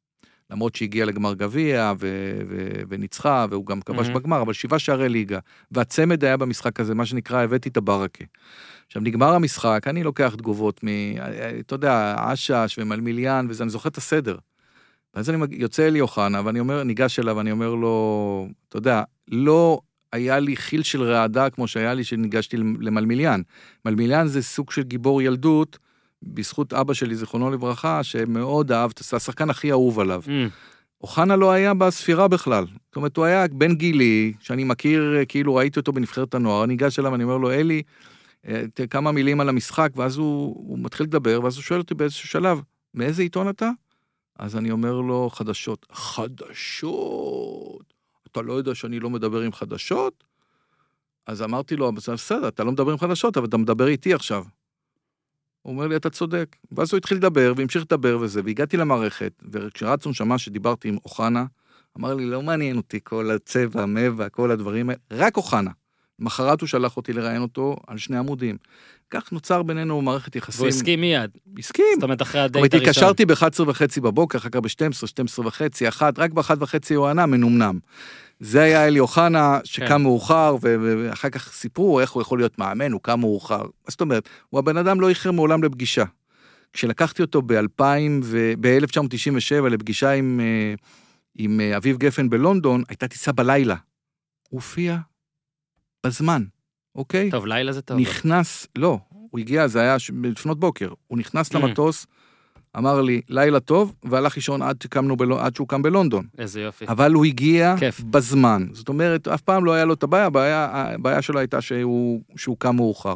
למרות שהגיע לגמר גביע ו- ו- וניצחה, והוא גם כבש Mhm. בגמר, אבל שבעה שערי ליגה, והצמד היה במשחק הזה, מה שנקרא, הבאתי את הברקה. עכשיו, נגמר המשחק, אני לוקח תגובות מ... אתה יודע, אשש ומלמיליאן, וזה, אני זוכר את הסדר. ואז אני יוצא אלי אוחנה, ואני אומר, ניגש אליו, ואני אומר לו, אתה יודע, לא היה לי חיל של רעדה, כמו שהיה לי שניגשתי למלמיליאן. מלמיליאן זה סוג של גיבור ילדות, בזכות אבא שלי, זיכרונו לברכה, שמאוד אהב, זה השחקן הכי אהוב עליו. Mm. אוחנה לא היה בספירה בכלל. זאת אומרת, הוא היה בן גילי, שאני מכיר, כאילו ראיתי אותו בנבחרת הנוער, אני ניגש אליו, אני אומר לו, אלי, כמה מילים על המשחק, ואז הוא, הוא מתחיל לדבר, ואז הוא שואל אותי באיזשהו שלב, מאיזה עיתון אתה? אז אני אומר לו, חדשות. חדשות? אתה לא יודע שאני לא מדבר עם חדשות? אז אמרתי לו, בסדר, אתה לא מדבר עם חדשות, אבל אתה מדבר איתי עכשיו. הוא אומר לי, אתה צודק. ואז הוא התחיל לדבר, והמשיך לדבר וזה, והגעתי למערכת, וכשרצון שמע שדיברתי עם אוחנה, אמר לי, לא מעניין אותי כל הצבע, המבע, כל הדברים האלה, רק אוחנה. מחרת הוא שלח אותי לראיין אותו על שני עמודים. כך נוצר בינינו מערכת יחסים. והוא הסכים מיד. הסכים. זאת אומרת, אחרי הדייט אבל הראשון. התקשרתי ב-אחת עשרה וחצי בבוקר, אחר כך ב-שתים עשרה, שתים עשרה וחצי, אחת, רק ב-אחת וחצי הוא ענה, מנומנם. זה היה אלי אוחנה, שקם מאוחר, ואחר כך סיפרו איך הוא יכול להיות מאמן, הוא קם מאוחר. זאת אומרת, הוא הבן אדם לא איחר מעולם לפגישה. כשלקחתי אותו ב-אלף תשע מאות תשעים ושבע לפגישה עם, עם אביב גפן בלונדון, הייתה טיסה בלילה. הוא הופיע בזמן, אוקיי? טוב, לילה זה טוב. נכנס, לא, הוא הגיע, זה היה לפנות בוקר, הוא נכנס למטוס, אמר לי, לילה טוב, והלך לישון עד, עד שהוא קם בלונדון. איזה יופי. אבל הוא הגיע כיף. בזמן. זאת אומרת, אף פעם לא היה לו את הבעיה, הבעיה, הבעיה שלו הייתה שהוא, שהוא קם מאוחר.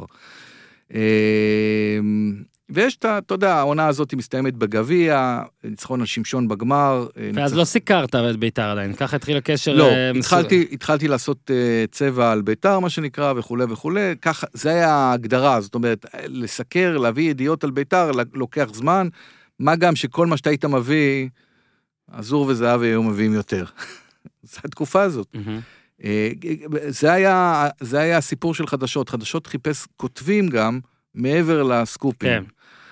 ויש את, אתה יודע, העונה הזאת מסתיימת בגביע, ניצחון על שמשון בגמר. ואז לא סיקרת את ביתר עדיין, ככה התחיל הקשר. לא, התחלתי, התחלתי לעשות צבע על ביתר, מה שנקרא, וכו' וכו'. ככה, זה היה ההגדרה, זאת אומרת, לסקר, להביא ידיעות על ביתר, לוקח זמן, מה גם שכל מה שאתה היית מביא, עזור וזהב היו מביאים יותר. זו התקופה הזאת. זה היה, זה היה הסיפור של חדשות. חדשות חיפש כותבים גם, מעבר לסקופים.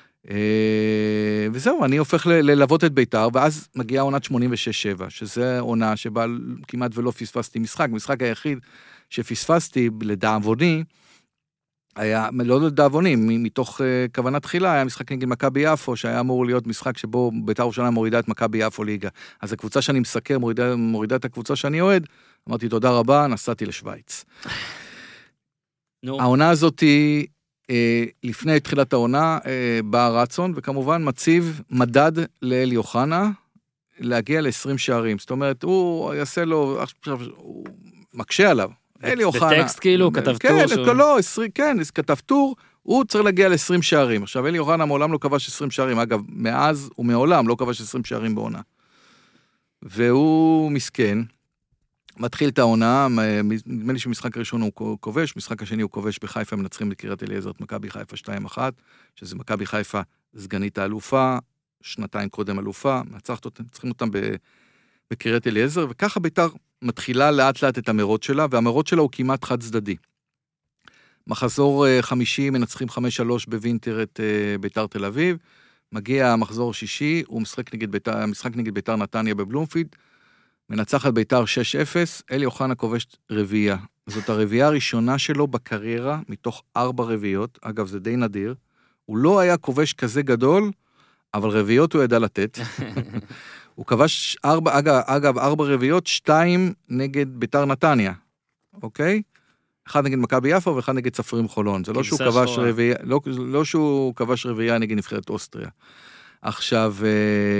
וזהו, אני הופך ללוות את ביתר, ואז מגיעה עונת שמונים ושש שבע, שזה עונה שבה כמעט ולא פספסתי משחק. משחק היחיד שפספסתי לדאבוני, היה, לא לדאבוני, מתוך uh, כוונת תחילה, היה משחק נגד מכבי יפו, שהיה אמור להיות משחק שבו ביתר ירושלים מורידה את מכבי יפו ליגה. אז הקבוצה שאני מסקר, מורידה, מורידה את הקבוצה שאני אוהד, אמרתי תודה רבה, נסעתי לשוויץ. העונה הזאת היא, אה, לפני תחילת העונה, אה, באה רצון, וכמובן מציב מדד לאלי אוחנה, להגיע ל-עשרים שערים. זאת אומרת, הוא יעשה לו, הוא מקשה עליו. אלי אוחנה. בטקסט כאילו, כתב טור. כן, לא, כן, כתב טור, הוא צריך להגיע ל-עשרים שערים. עכשיו, אלי אוחנה מעולם לא כבש עשרים שערים, אגב, מאז ומעולם לא כבש עשרים שערים בעונה. והוא מסכן, מתחיל את העונה, נדמה לי שמשחק הראשון הוא כובש, משחק השני הוא כובש בחיפה, מנצחים בקריית אליעזר את מכבי חיפה שתיים אחת, שזה מכבי חיפה סגנית האלופה, שנתיים קודם אלופה, צריכים אותם בקריית אליעזר, וככה ביתר מתחילה לאט לאט את המרות שלה, והמרות שלה הוא כמעט חד צדדי. מחזור חמישי, מנצחים חמש שלוש בווינטר את ביתר תל אביב, מגיע המחזור שישי, הוא משחק נגד ביתר, משחק נגד ביתר נתניה בבלומפילד, מנצחת ביתר שש אפס, אלי אוחנה כובש רביעייה. זאת הרביעייה הראשונה שלו בקריירה, מתוך ארבע רביעיות, אגב זה די נדיר, הוא לא היה כובש כזה גדול, אבל רביעיות הוא ידע לתת. הוא כבש ארבע, אגב, אגב, ארבע רביעיות, שתיים נגד ביתר נתניה, אוקיי? אחד נגד מכבי יפו ואחד נגד צפרים חולון. זה לא שהוא כבש רביעייה, לא, לא שהוא כבש רביעייה נגד נבחרת אוסטריה. עכשיו, אה,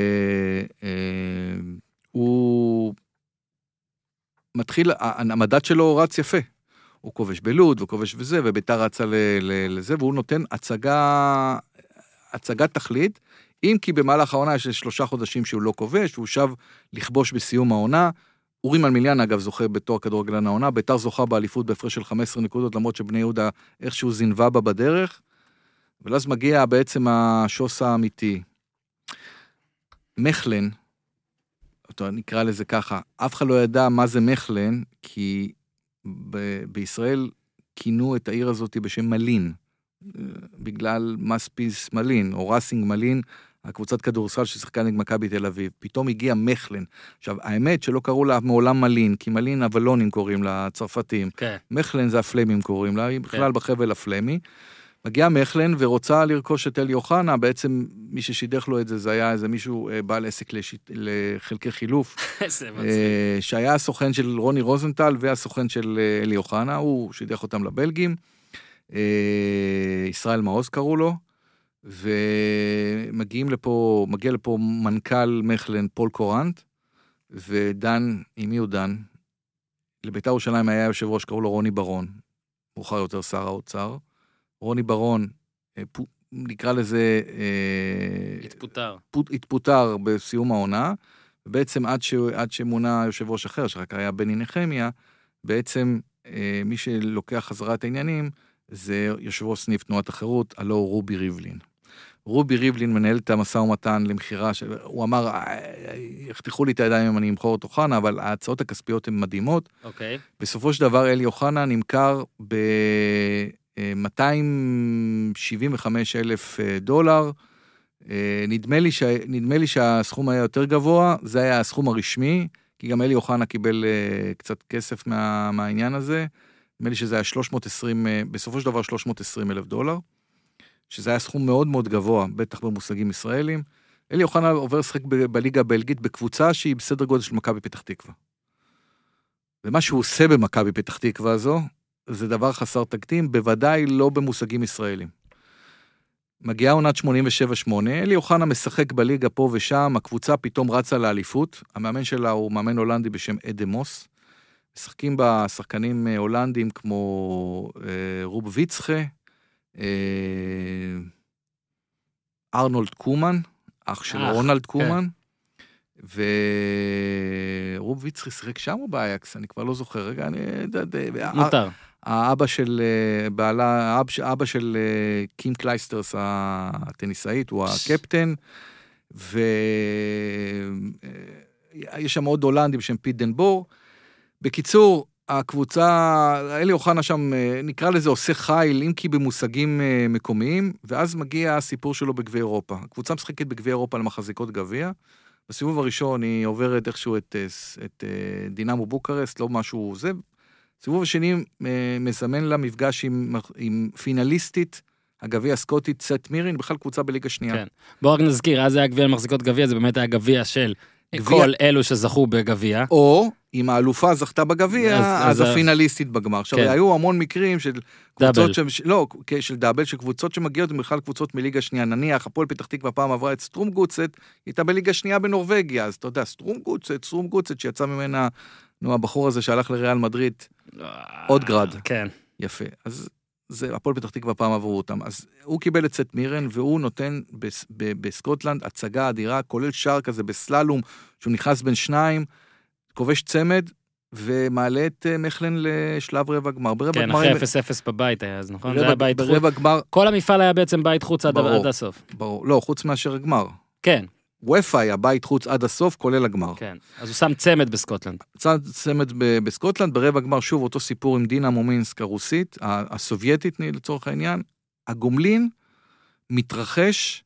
אה, הוא מתחיל, המדד שלו רץ יפה. הוא כובש בלוד, הוא כובש וזה, וביתר רצה לזה, והוא נותן הצגה, הצגת תכלית, אם כי במהלך העונה יש שלושה חודשים שהוא לא כובש, והוא שב לכבוש בסיום העונה. אורי מלמיליאן, אגב, זוכה בתואר כדורגלן העונה, ביתר זוכה באליפות בהפרש של חמש עשרה נקודות, למרות שבני יהודה איכשהו זינבה בה בדרך, ואז מגיע בעצם השוס האמיתי. מחלן, נקרא לזה ככה, אף אחד לא ידע מה זה מחלן, כי ב- בישראל כינו את העיר הזאת בשם מלין, בגלל מספיס מלין, או רסינג מלין, הקבוצת כדורסל ששיחקה נגד מכבי תל אביב, פתאום הגיע מחלן. עכשיו, האמת שלא קראו לה מעולם מלין, כי מלין אבלונים קוראים לה, צרפתים. כן. מחלן זה הפלמים קוראים לה, היא בכלל בחבל הפלמי. מגיע מחלן ורוצה לרכוש את אלי אוחנה, בעצם מי ששידך לו את זה, זה היה איזה מישהו בעל עסק לשיט, לחלקי חילוף, שהיה הסוכן של רוני רוזנטל והסוכן של אלי אוחנה, הוא שידך אותם לבלגים, ישראל מעוז קראו לו, ומגיעים לפה, מגיע לפה מנכ"ל מחלן פול קורנט, ודן, עם מי הוא דן? לבית"ר ירושלים היה יושב ראש, קראו לו רוני ברון, מאוחר יותר שר האוצר, רוני ברון, נקרא לזה... התפוטר. התפוטר בסיום העונה, ובעצם עד, ש, עד שמונה יושב ראש אחר, שרק היה בני נחמיה, בעצם מי שלוקח חזרה את העניינים, זה יושב ראש סניף תנועת החירות, הלא הוא רובי ריבלין. רובי ריבלין מנהל את המשא ומתן למחירה, הוא אמר, יחתכו לי את הידיים אם אני אמכור את אוחנה, אבל ההצעות הכספיות הן מדהימות. אוקיי. בסופו של דבר אלי אוחנה נמכר ב... מאתיים שבעים וחמישה אלף דולר, נדמה לי, ש... נדמה לי שהסכום היה יותר גבוה, זה היה הסכום הרשמי, כי גם אלי אוחנה קיבל קצת כסף מה... מהעניין הזה, נדמה לי שזה היה שלוש מאות ועשרים, בסופו של דבר שלוש מאות ועשרים אלף דולר, שזה היה סכום מאוד מאוד גבוה, בטח במושגים ישראלים. אלי אוחנה עובר לשחק ב... בליגה הבלגית בקבוצה שהיא בסדר גודל של מכבי פתח תקווה. ומה שהוא עושה במכבי פתח תקווה הזו, זה דבר חסר תקדים, בוודאי לא במושגים ישראלים. מגיעה עונת שמונים ושבע שמונה, אלי אוחנה משחק בליגה פה ושם, הקבוצה פתאום רצה לאליפות, המאמן שלה הוא מאמן הולנדי בשם אדמוס, משחקים בה שחקנים הולנדים כמו אה, רוב ויצחה, אה, ארנולד קומן, אח של אח, רונלד כן. קומן, ורוב ויצחה שיחק שם או באייקס, אני כבר לא זוכר, רגע, אני... מותר. האבא של בעלה, האבא של קים קלייסטרס הטניסאית, הוא הקפטן, ויש שם עוד הולנדים שהם פיט דן בור. בקיצור, הקבוצה, אלי אוחנה שם, נקרא לזה עושה חיל, אם כי במושגים מקומיים, ואז מגיע הסיפור שלו בגביע אירופה. הקבוצה משחקת בגביע אירופה למחזיקות גביע, בסיבוב הראשון היא עוברת איכשהו את, את דינמו בוקרסט, לא משהו זה, סיבוב השני מזמן לה מפגש עם, עם פינליסטית, הגביע הסקוטית, סט מירין, בכלל קבוצה בליגה שנייה. כן. בואו רק נזכיר, אז היה גביע למחזיקות גביע, זה באמת היה גביע של גביע... כל אלו שזכו בגביע. או, אם האלופה זכתה בגביע, אז, אז, אז הפינליסטית בגמר. עכשיו, כן. היו המון מקרים של קבוצות, ש... לא, של דאבל, של קבוצות שמגיעות, בכלל קבוצות מליגה שנייה, נניח, הפועל פתח תקווה פעם עברה את סטרום גוצט, היא הייתה בליגה שנייה בנורווגיה, אז אתה יודע, סטרום גוצט, סטרום גוצט, שיצא ממנה, נו, הבחור הזה שהלך לריאל מדריד, עוד גרד. כן. יפה. אז זה, הפועל פתח תקווה פעם עברו אותם. אז הוא קיבל את סט מירן, והוא נותן בס, ב, בסקוטלנד הצגה אדירה, כולל שער כזה בסללום, שהוא נכנס בין שניים, כובש צמד, ומעלה את מחלן לשלב רבע גמר. כן, אחרי אפס אפס בבית היה, אז נכון? ברבע, זה היה בית ברבע חוץ. גמר. כל המפעל היה בעצם בית חוץ עד, עד הסוף. ברור. לא, חוץ מאשר הגמר. כן. וופה היה בית חוץ עד הסוף, כולל הגמר. כן, אז הוא שם צמד בסקוטלנד. שם צמד ב- בסקוטלנד, ברבע גמר שוב אותו סיפור עם דינמו מינסק הרוסית, הסובייטית לצורך העניין, הגומלין מתרחש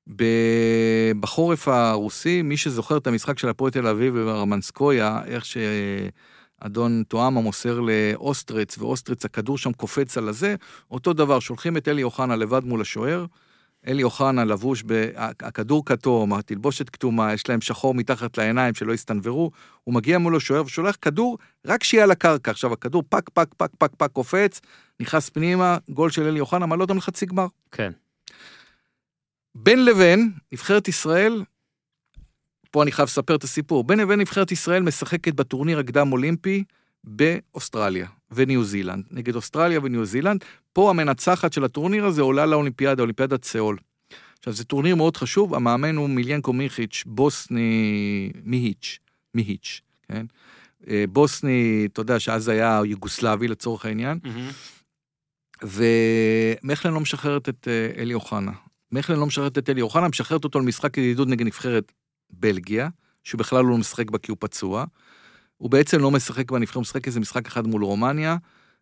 בחורף הרוסי, מי שזוכר את המשחק של הפועל תל אביב ורמנסקויה, איך שאדון תואמה מוסר לאוסטרץ, ואוסטרץ הכדור שם קופץ על הזה, אותו דבר, שולחים את אלי אוחנה לבד מול השוער, אלי אוחנה לבוש, הכדור כתום, התלבושת כתומה, יש להם שחור מתחת לעיניים שלא הסתנברו, הוא מגיע מול השוער ושולח כדור רק שיהיה על הקרקע, עכשיו הכדור פק פק פק פק פק קופץ, נכנס פנימה, גול של אלי אוחנה, מעלה אותם לחצי גמר. כן. בין לבין, נבחרת ישראל, פה אני חייב לספר את הסיפור, בין לבין נבחרת ישראל משחקת בטורניר הקדם אולימפי באוסטרליה וניו זילנד, נגד אוסטרליה וניו זילנד, פה המנצחת של הטורניר הזה עולה לאולימפיאדה, אולימפיאדת סאול. עכשיו זה טורניר מאוד חשוב, המאמן הוא מיליאנקו מיכיץ', בוסני, מיהיץ', מיהיץ', כן? בוסני, אתה יודע שאז היה יוגוסלבי לצורך העניין, mm-hmm. ומחלן לא משחררת את אלי אוחנה. מחלן לא משחררת את אלי אוחנה, משחררת אותו למשחק ידידות נגד נבחרת בלגיה, שהוא בכלל לא משחק בה כי הוא פצוע, הוא בעצם לא משחק בנבחרת, הוא משחק איזה משחק אחד מול רומניה,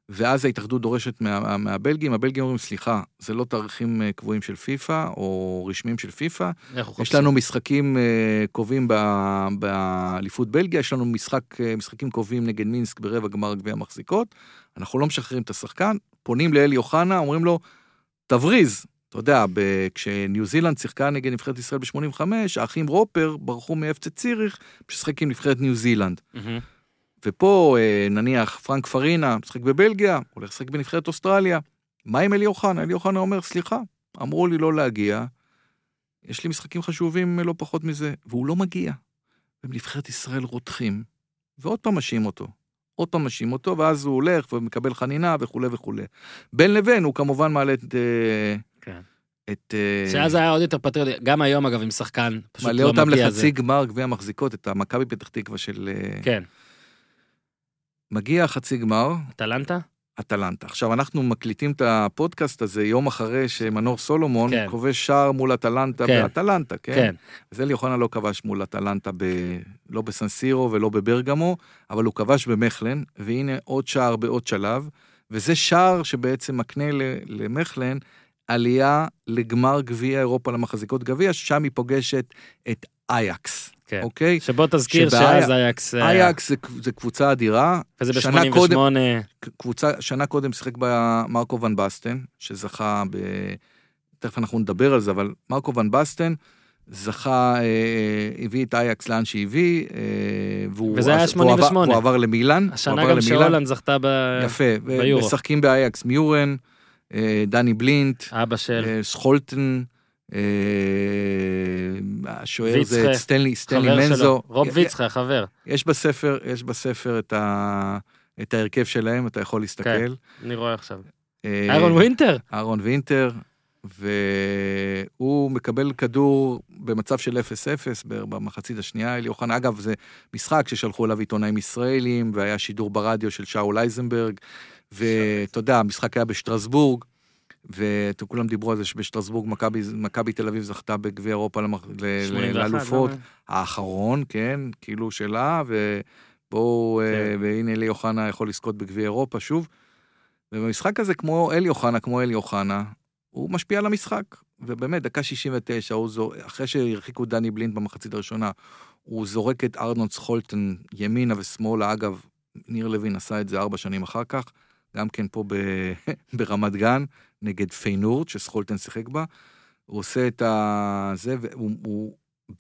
ואז ההתאחדות דורשת מה, מהבלגים, הבלגים אומרים, סליחה, זה לא תאריכים קבועים של פיפה, או רשמים של פיפה, יש לנו משחקים קובעים באליפות בלגיה, יש לנו משחק, משחקים קובעים נגד מינסק ברבע גמר גביע המחזיקות, אנחנו לא משחררים את השחקן, פונים לאלי אוחנה, אומרים לו, תבריז, אתה יודע, כשניו זילנד שיחקה נגד נבחרת ישראל ב-שמונים וחמש, האחים רופר ברחו מאפס ציריך, משחקים עם נבחרת ניו זילנד. ופה נניח פרנק פרינה, משחק בבלגיה, הולך לשחק בנבחרת אוסטרליה. מה עם אלי אוחנה? אלי אוחנה אומר, סליחה, אמרו לי לא להגיע, יש לי משחקים חשובים לא פחות מזה, והוא לא מגיע. ובנבחרת ישראל רותחים, ועוד פעם משים אותו. עוד פעם משים אותו, ואז הוא הולך ומקבל חנינה וכו' וכו'. בין לבין הוא כמובן מעלה את... כן. את... שאז היה עוד יותר פטריוטי, גם היום אגב עם שחקן, פשוט לא מגיע זה. מעלה אותם לחצי גמר גביע המחזיקות, את המכבי פתח תקווה של... כן. מגיע חצי גמר. אטלנטה? אטלנטה. עכשיו, אנחנו מקליטים את הפודקאסט הזה יום אחרי שמנור סולומון כן. כובש שער מול אטלנטה כן. באטלנטה, כן? כן. אז אלי אוחנה לא כבש מול אטלנטה ב... לא בסנסירו ולא בברגמו, אבל הוא כבש במכלן, והנה עוד שער בעוד שלב, וזה שער שבעצם מקנה למכלן עלייה לגמר גביע אירופה למחזיקות גביע, ששם היא פוגשת את אייקס. כן. אוקיי? שבוא תזכיר שאז אייקס... אייקס זה, זה קבוצה אדירה. וזה ב-שמונים ושמונה... קבוצה, שנה קודם שיחק במרקו ון בסטן, שזכה ב... תכף אנחנו נדבר על זה, אבל מרקו ון בסטן זכה, אה, הביא את אייקס לאן שהביא, אה, והוא, וזה היה שמונים ושמונה. הוא עבר למילן. השנה גם שהולנד זכתה ב... יפה, ביורו. ומשחקים באייקס מיורן, אה, דני בלינט, אבא של... אה, סחולטן, השוער זה סטנלי, סטנלי מנזו. רוב ויצחה, חבר. יש בספר, יש בספר את ה... את ההרכב שלהם, אתה יכול להסתכל. כן, אני רואה עכשיו. איירון ווינטר. איירון ווינטר, והוא מקבל כדור במצב של אפס אפס במחצית השנייה. אלי אוחנה, אגב, זה משחק ששלחו אליו עיתונאים ישראלים, והיה שידור ברדיו של שאול אייזנברג, ואתה יודע, המשחק היה בשטרסבורג, וכולם דיברו על זה שבשטרסבורג מכבי תל אביב זכתה בגביע אירופה לאלופות האחרון, כן, כאילו שלה, ובואו, והנה אלי אוחנה יכול לזכות בגביע אירופה שוב, ובמשחק הזה כמו אלי אוחנה, כמו אלי אוחנה, הוא משפיע על המשחק, ובאמת דקה שישים ותשע, אחרי שהרחיקו דני בלינט במחצית הראשונה, הוא זורק את ארנולד סחולטן ימינה ושמאלה, אגב, ניר לוין עשה את זה ארבע שנים אחר כך, גם כן פה ברמת גן, נגד פיינורד, שסחולטן שיחק בה, הוא עושה את זה, והוא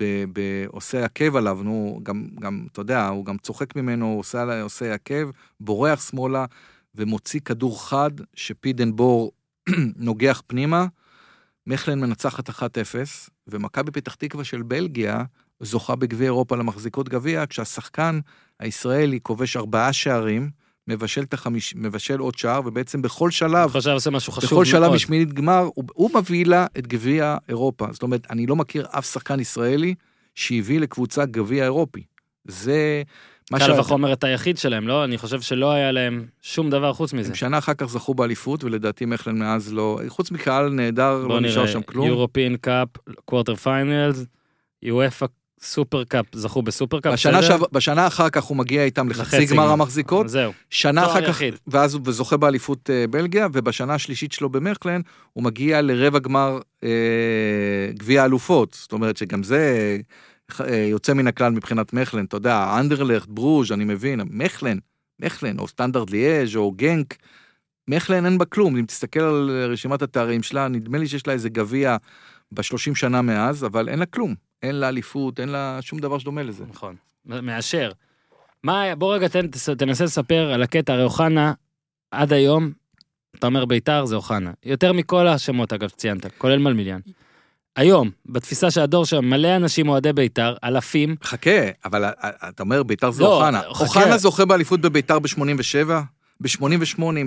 עושה עקב עליו, נו, גם, גם, אתה יודע, הוא גם צוחק ממנו, הוא עושה, עושה עקב, בורח שמאלה, ומוציא כדור חד, שפידנבור נוגח פנימה, מכלן מנצחת אחת אפס, ומכבי פתח תקווה של בלגיה, זוכה בגביע אירופה למחזיקות גביע, כשהשחקן הישראלי כובש ארבעה שערים, מבשל, תחמיש, מבשל עוד שער, ובעצם בכל שלב, בכל שלב בשמינית גמר, הוא, הוא מביא לה את גביע אירופה. זאת אומרת, אני לא מכיר אף שחקן ישראלי שהביא לקבוצה גביע אירופי. זה... קל וחומר את היחיד שלהם, לא? אני חושב שלא היה להם שום דבר חוץ מזה. הם שנה אחר כך זכו באליפות, ולדעתי מכלן מאז לא... חוץ מקהל נהדר, לא נשאר שם כלום. יורופיאן קאפ, קוורטר פיינלס, יואפה סופר קאפ, זכו בסופר קאפ. בשנה, שו... בשנה אחר כך הוא מגיע איתם לחצי גמר המחזיקות. זהו. שנה אחר כך, ואז הוא זוכה באליפות בלגיה, ובשנה השלישית שלו במכלן, הוא מגיע לרבע גמר אה, גביע אלופות. זאת אומרת שגם זה... יוצא מן הכלל מבחינת מכלן, אתה יודע, אנדרלכט, ברוז', אני מבין, מכלן, מכלן, או סטנדרט ליאז' או גנק, מכלן אין בה כלום, אם תסתכל על רשימת התארים שלה, נדמה לי שיש לה איזה גביע בשלושים שנה מאז, אבל אין לה כלום, אין לה אליפות, אין לה שום דבר שדומה לזה. נכון, מאשר. מה, בוא רגע תנ, תנסה לספר על הקטע, הרי אוחנה, עד היום, אתה אומר ביתר, זה אוחנה, יותר מכל השמות, אגב, ציינת, כולל מלמיליאן. היום, בתפיסה של הדור שם, מלא אנשים אוהדי ביתר, אלפים. חכה, אבל אתה אומר, ביתר זה אוחנה. אוחנה זוכה באליפות בביתר ב-שמונים ושבע, ב-שמונים ושמונה,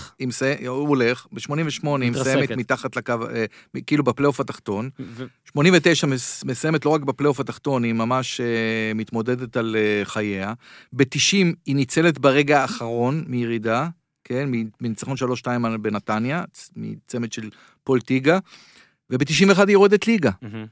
הוא הולך, ב-שמונים ושמונה, היא מסיימת מתחת לקו, כאילו בפלייאוף התחתון. שמונים ותשע מסיימת לא רק בפלייאוף התחתון, היא ממש מתמודדת על חייה. ב-תשעים היא ניצלת ברגע האחרון מירידה, כן, מניצחון שלוש שתיים בנתניה, מצמד של פולטיגה. וב-תשעים ואחת היא יורדת ליגה.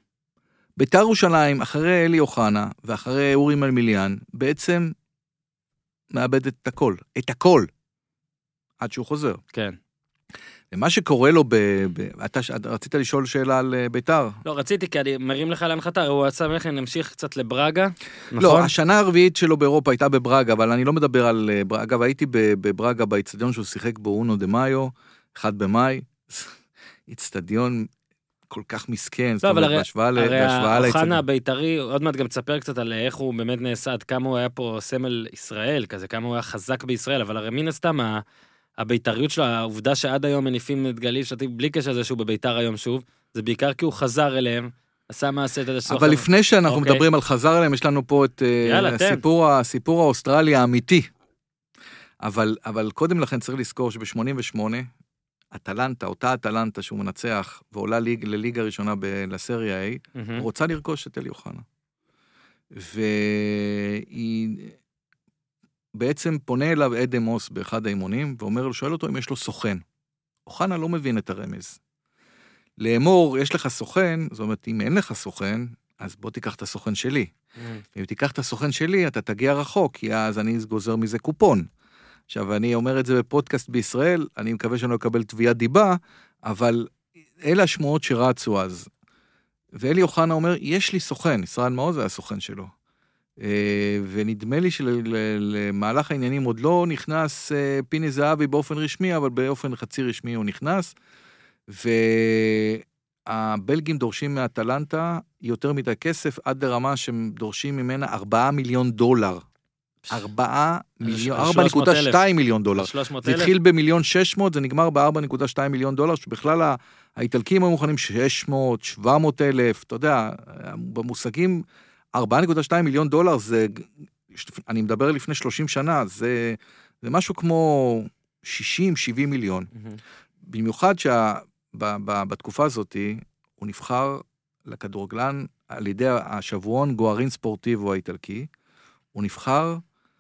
ביתר ירושלים, אחרי אלי אוחנה, ואחרי אורי מלמיליאן, בעצם מאבדת את הכל. את הכל. עד שהוא חוזר. כן. ומה שקורה לו, ב... ב... אתה רצית לשאול שאלה על ביתר? לא, רציתי, כי אני מרים לך להנחתה, הוא עשה מכן, נמשיך קצת לברגה, נכון? לא, השנה הרביעית שלו באירופה הייתה בברגה, אבל אני לא מדבר על... אגב, הייתי בברגה באצטדיון שהוא שיחק בו, אונו דה מאיו, אחד במאי, אצטדיון כל כך מסכן, לא, אבל הרי, הרי אוחנה הבית"רי, עוד מעט גם תספר קצת על איך הוא באמת נעשה, עד כמה הוא היה פה סמל ישראל, כזה, כמה הוא היה חזק בישראל, אבל הרי מן הסתם, הבית"ריות שלו, העובדה שעד היום מניפים את גליל, בלי קשר לזה שהוא בבית"ר היום שוב, זה בעיקר כי הוא חזר אליהם, עשה מעשה את הדסוח. אבל לפני שאנחנו אוקיי. מדברים על חזר אליהם, יש לנו פה את יאללה, הסיפור, הסיפור האוסטרלי האמיתי. אבל, אבל קודם לכן צריך לזכור שב-שמונים ושמונה, אטלנטה, אותה אטלנטה שהוא מנצח, ועולה ליג, לליגה ראשונה לסריה A, mm-hmm. רוצה לרכוש את אלי אוחנה. והיא בעצם פונה אליו אדם מוס באחד האימונים, ואומר לו, שואל אותו אם יש לו סוכן. אוחנה לא מבין את הרמז. לאמור, יש לך סוכן, זאת אומרת, אם אין לך סוכן, אז בוא תיקח את הסוכן שלי. Mm-hmm. אם תיקח את הסוכן שלי, אתה תגיע רחוק, כי אז אני גוזר מזה קופון. עכשיו, אני אומר את זה בפודקאסט בישראל, אני מקווה שאני לא אקבל תביעת דיבה, אבל אלה השמועות שרצו אז. ואלי אוחנה אומר, יש לי סוכן, ישראל מעוז זה הסוכן שלו. ונדמה לי שלמהלך העניינים עוד לא נכנס פיני זהבי באופן רשמי, אבל באופן חצי רשמי הוא נכנס, והבלגים דורשים מאטלנטה יותר מדי כסף, עד לרמה שהם דורשים ממנה ארבעה מיליון דולר. ארבעה מיליון, ארבע נקודה שתיים מיליון דולר. זה התחיל במיליון שש מאות, זה נגמר ב-ארבע נקודה שתיים מיליון דולר, שבכלל האיטלקים היו מוכנים שש מאות, שבע מאות אלף, אתה יודע, במושגים ארבע נקודה שתיים מיליון דולר, זה, אני מדבר לפני שלושים שנה, זה, זה משהו כמו שישים שבעים מיליון. במיוחד שבתקופה הזאת, הוא נבחר לכדורגלן על ידי השבועון גוארין ספורטיבו האיטלקי, הוא נבחר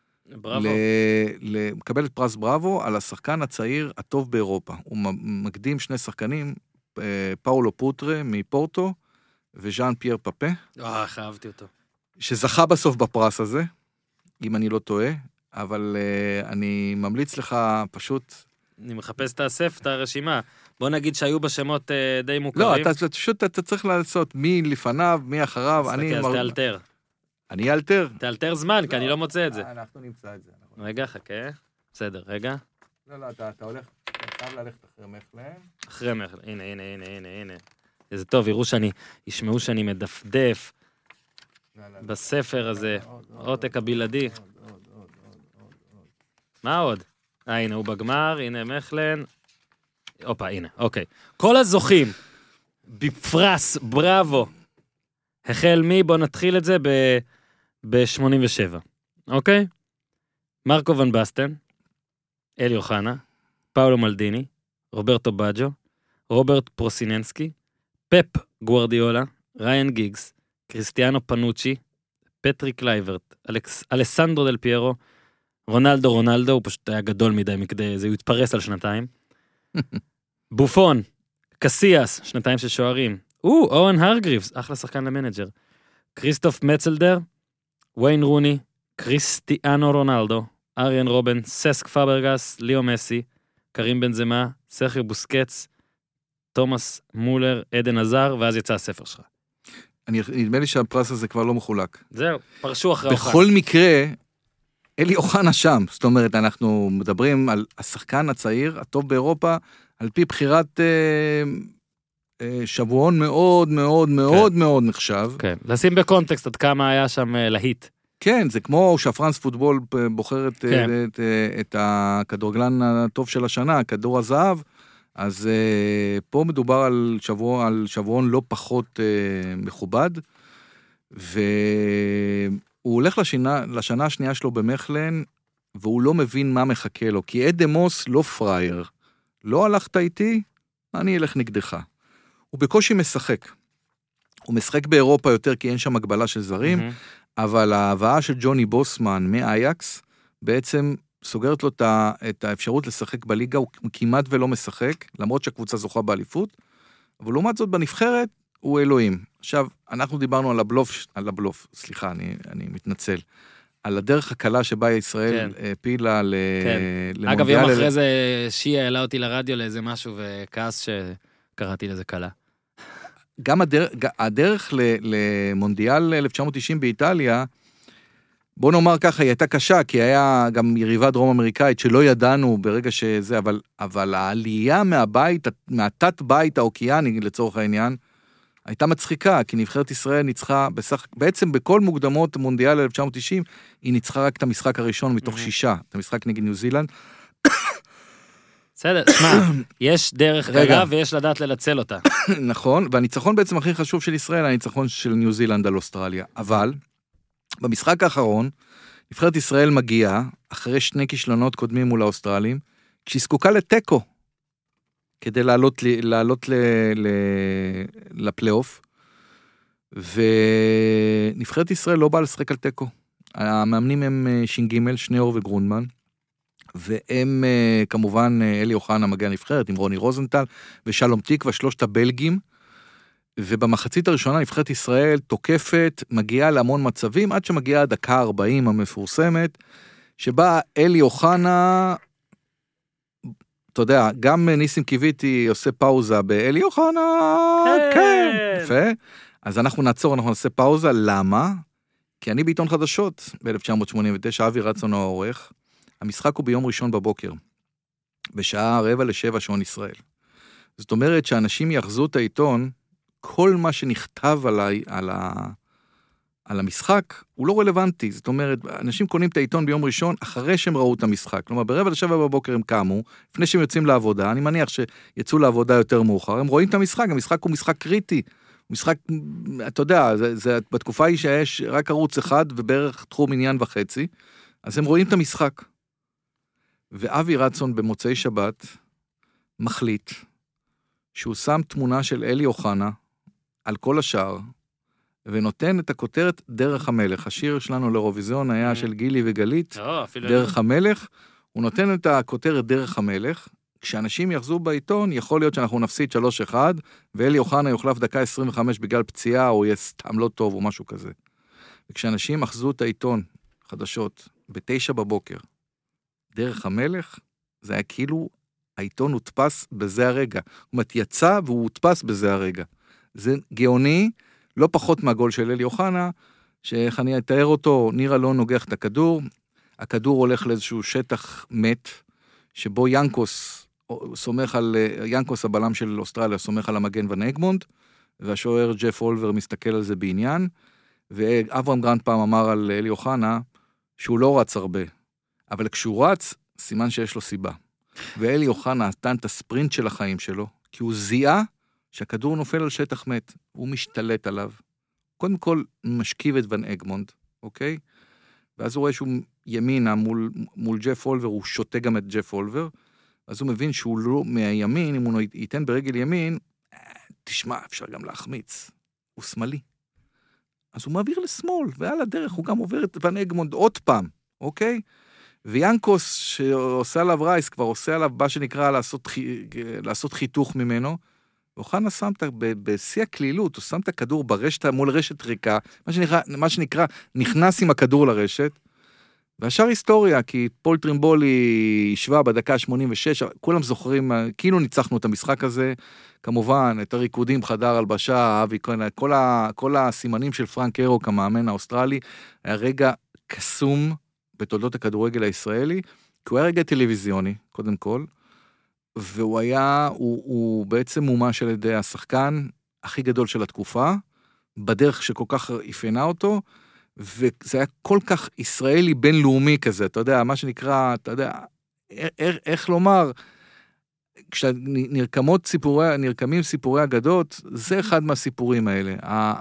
לקבל את פרס בראבו על השחקן הצעיר הטוב באירופה. הוא מקדים שני שחקנים, פאולו פוטרה מפורטו, וז'אן פייר פאפה. אה, חייבתי אותו. שזכה בסוף בפרס הזה, אם אני לא טועה, אבל אני ממליץ לך פשוט... אני מחפש את האסף, את הרשימה. בוא נגיד שהיו בשמות די מוכרים. לא, אתה פשוט, אתה צריך לעשות מי לפניו, מי אחריו. תסתכל, אז תאלתר. אני אלתר. תאלתר זמן, כי אני לא מוצא את זה. אנחנו נמצא את זה. רגע, חכה. בסדר, רגע. לא, לא, אתה הולך, אתה חייב ללכת אחרי מחלם. אחרי מחלם, הנה, הנה, הנה, הנה, הנה. איזה טוב, יראו שאני, ישמעו שאני מדפדף בספר הזה, עותק הבלעדי. מה עוד? אה, הנה, הוא בגמר, הנה מחלן. אופה, הנה, אוקיי. כל הזוכים בפרס, בראבו. החל מי, בוא נתחיל את זה ב-שמונים ושבע, אוקיי? מרקו ון בסטן, אלי אוחנה, פאולו מלדיני, רוברטו בג'ו, רוברט פרוסיננסקי, פפ גוארדיולה, ריין גיגס, קריסטיאנו פנוצ'י, פטריק קלייברט, אלכס, אלסנדרו דל פיירו, רונלדו רונלדו, הוא פשוט היה גדול מדי מכדי, זה יתפרס על שנתיים, בופון, קסיאס, שנתיים של שוערים, או, אורן הרגריבס, אחלה שחקן למנג'ר. כריסטוף מצלדר, ויין רוני, קריסטיאנו רונלדו, אריאן רובן, ססק פאברגס, ליאו מסי, קרים בנזמה, סרחיו בוסקץ, תומאס מולר, עדן עזר, ואז יצא הספר שלך. אני, נדמה לי שהפרס הזה כבר לא מחולק. זהו, פרשו אחרי אוחנה. בכל מקרה, אלי אוחנה שם. זאת אומרת, אנחנו מדברים על השחקן הצעיר, הטוב באירופה, על פי בחירת... אה, שבועון מאוד מאוד מאוד מאוד נחשב. כן, לשים בקונטקסט עד כמה היה שם להיט. כן, זה כמו שהפרנס פוטבול בוחר את הכדורגלן הטוב של השנה, כדור הזהב, אז פה מדובר על שבועון לא פחות מכובד, והוא הולך לשנה השנייה שלו במחלן, והוא לא מבין מה מחכה לו, כי אדם מוס לא פרייר. לא הלכת איתי, אני אלך נגדך. הוא בקושי משחק. הוא משחק באירופה יותר, כי אין שם הגבלה של זרים, mm-hmm. אבל ההבאה של ג'וני בוסמן מאייקס, בעצם סוגרת לו את האפשרות לשחק בליגה, הוא כמעט ולא משחק, למרות שהקבוצה זוכה באליפות, אבל לעומת זאת בנבחרת, הוא אלוהים. עכשיו, אנחנו דיברנו על הבלוף, על הבלוף, סליחה, אני, אני מתנצל, על הדרך הקלה שבה ישראל פילה למונדיאל. אגב, יום אחרי זה שיה העלה אותי לרדיו לאיזה משהו, וכעס שקראתי לזה קלה. גם הדרך למונדיאל אלף תשע מאות תשעים באיטליה, בוא נאמר ככה, היא הייתה קשה, כי היה גם יריבה דרום אמריקאית שלא ידענו ברגע שזה, אבל, אבל העלייה מהבית, מהתת בית האוקיאני לצורך העניין, הייתה מצחיקה, כי נבחרת ישראל ניצחה, בסך, בעצם בכל מוקדמות מונדיאל אלף תשע מאות תשעים, היא ניצחה רק את המשחק הראשון מתוך שישה, את המשחק נגד ניו זילנד. בסדר, שמע, יש דרך קלה ויש לדעת לנצל אותה. נכון, והניצחון בעצם הכי חשוב של ישראל, הניצחון של ניו זילנד על אוסטרליה. אבל, במשחק האחרון, נבחרת ישראל מגיעה, אחרי שני כישלונות קודמים מול האוסטרלים, כשהיא זקוקה לטקו, כדי לעלות, לעלות ל, ל, לפלייאוף, ונבחרת ישראל לא באה לשחק על טקו. המאמנים הם שינגימל, שניאור וגרונמן, והם כמובן אלי אוחנה מגיע נבחרת, עם רוני רוזנטל, ושלום תקווה, שלושת הבלגים, ובמחצית הראשונה נבחרת ישראל תוקפת, מגיעה להמון מצבים, עד שמגיעה הדקה ארבעים המפורסמת, שבה אלי אוחנה, אתה יודע, גם ניסים קיוויתי עושה פאוזה באלי אוחנה, כן, יפה, אז אנחנו נעצור, אנחנו נעשה פאוזה, למה? כי אני בעיתון חדשות, ב-אלף תשע מאות שמונים ותשע, אבי רצון העורך, המשחק הוא ביום ראשון בבוקר, בשעה רבע לשבע שעון ישראל. זאת אומרת שאנשים יחזו את העיתון, כל מה שנכתב עליי, על, ה... על המשחק, הוא לא רלוונטי. זאת אומרת, אנשים קונים את העיתון ביום ראשון, אחרי שהם ראו את המשחק. כלומר, ברבע לשבע בבוקר הם קמו, לפני שהם יוצאים לעבודה, אני מניח שיצאו לעבודה יותר מאוחר, הם רואים את המשחק, המשחק הוא משחק קריטי, משחק, אתה יודע, זה, זה, בתקופה היא שיש רק ערוץ אחד, ובערך תחום עניין וחצי, אז הם רואים את המשחק. ואבי רצון במוצאי שבת, מחליט, שהוא שם תמונה של אלי אוחנה, על כל השאר, ונותן את הכותרת דרך המלך. השיר שלנו לאירוויזיון היה של גילי וגלית, דרך המלך, הוא נותן את הכותרת דרך המלך, כשאנשים יחזו בעיתון, יכול להיות שאנחנו נפסיד שלוש אחד, ואלי אוחנה יוחלף דקה עשרים וחמש בגלל פציעה, או יהיה סתם לא טוב, או משהו כזה. וכשאנשים יחזו את העיתון, חדשות, בתשע בבוקר, דרך המלך, זה היה כאילו, העיתון הודפס בזה הרגע. זאת אומרת, יצא והוא הודפס בזה הרגע. זה גאוני, לא פחות מהגול של אלי אוחנה, שאיך אני אתאר אותו, ניר אלון נוגח את הכדור, הכדור הולך לאיזשהו שטח מת, שבו ינקוס סומך על, ינקוס הבלם של אוסטרליה סומך על המגן ון אגמונד, והשוער ג'ף אולבר מסתכל על זה בעניין, ואברהם גרנט פעם אמר על אלי אוחנה, שהוא לא רץ הרבה, אבל כשהוא רץ, סימן שיש לו סיבה. ואלי אוחנה נתן את הספרינט של החיים שלו, כי הוא זיהה שהכדור נופל על שטח מת, הוא משתלט עליו. קודם כל משכיב את ון אגמונד, אוקיי? ואז הוא רואה שהוא ימינה מול, מול ג'ף אולבר, הוא שותה גם את ג'ף אולבר, אז הוא מבין שהוא לא מהימין, אם הוא ייתן ברגל ימין, תשמע, אפשר גם להחמיץ, הוא שמאלי. אז הוא מעביר לשמאל, ועל הדרך הוא גם עובר את ון אגמונד עוד פעם, אוקיי? ויאנקוס שעושה עליו רייס, כבר עושה עליו מה שנקרא לעשות, לעשות חיתוך ממנו, ואוחנה שם את, בשיא הכלילות, הוא שם את הכדור ברשת, מול רשת ריקה, מה שנקרא, מה שנקרא, נכנס עם הכדור לרשת, והשאר היסטוריה, כי פול טרימבולי ישבה בדקה שמונים ושש, כולם זוכרים, כאילו ניצחנו את המשחק הזה, כמובן, את הריקודים חדר הלבשה, אבי, כל, ה, כל הסימנים של פרנק אירוק, המאמן האוסטרלי, היה רגע קסום בתולדות הכדורגל הישראלי, כי הוא היה רגע טלוויזיוני, קודם כל, והוא היה, הוא, הוא בעצם מומש על ידי השחקן הכי גדול של התקופה, בדרך שכל כך אפיינה אותו, וזה היה כל כך ישראלי בינלאומי כזה, אתה יודע, מה שנקרא, אתה יודע, איך, איך לומר, כשנרקמות סיפורי, נרקמים סיפורי אגדות, זה אחד מהסיפורים האלה.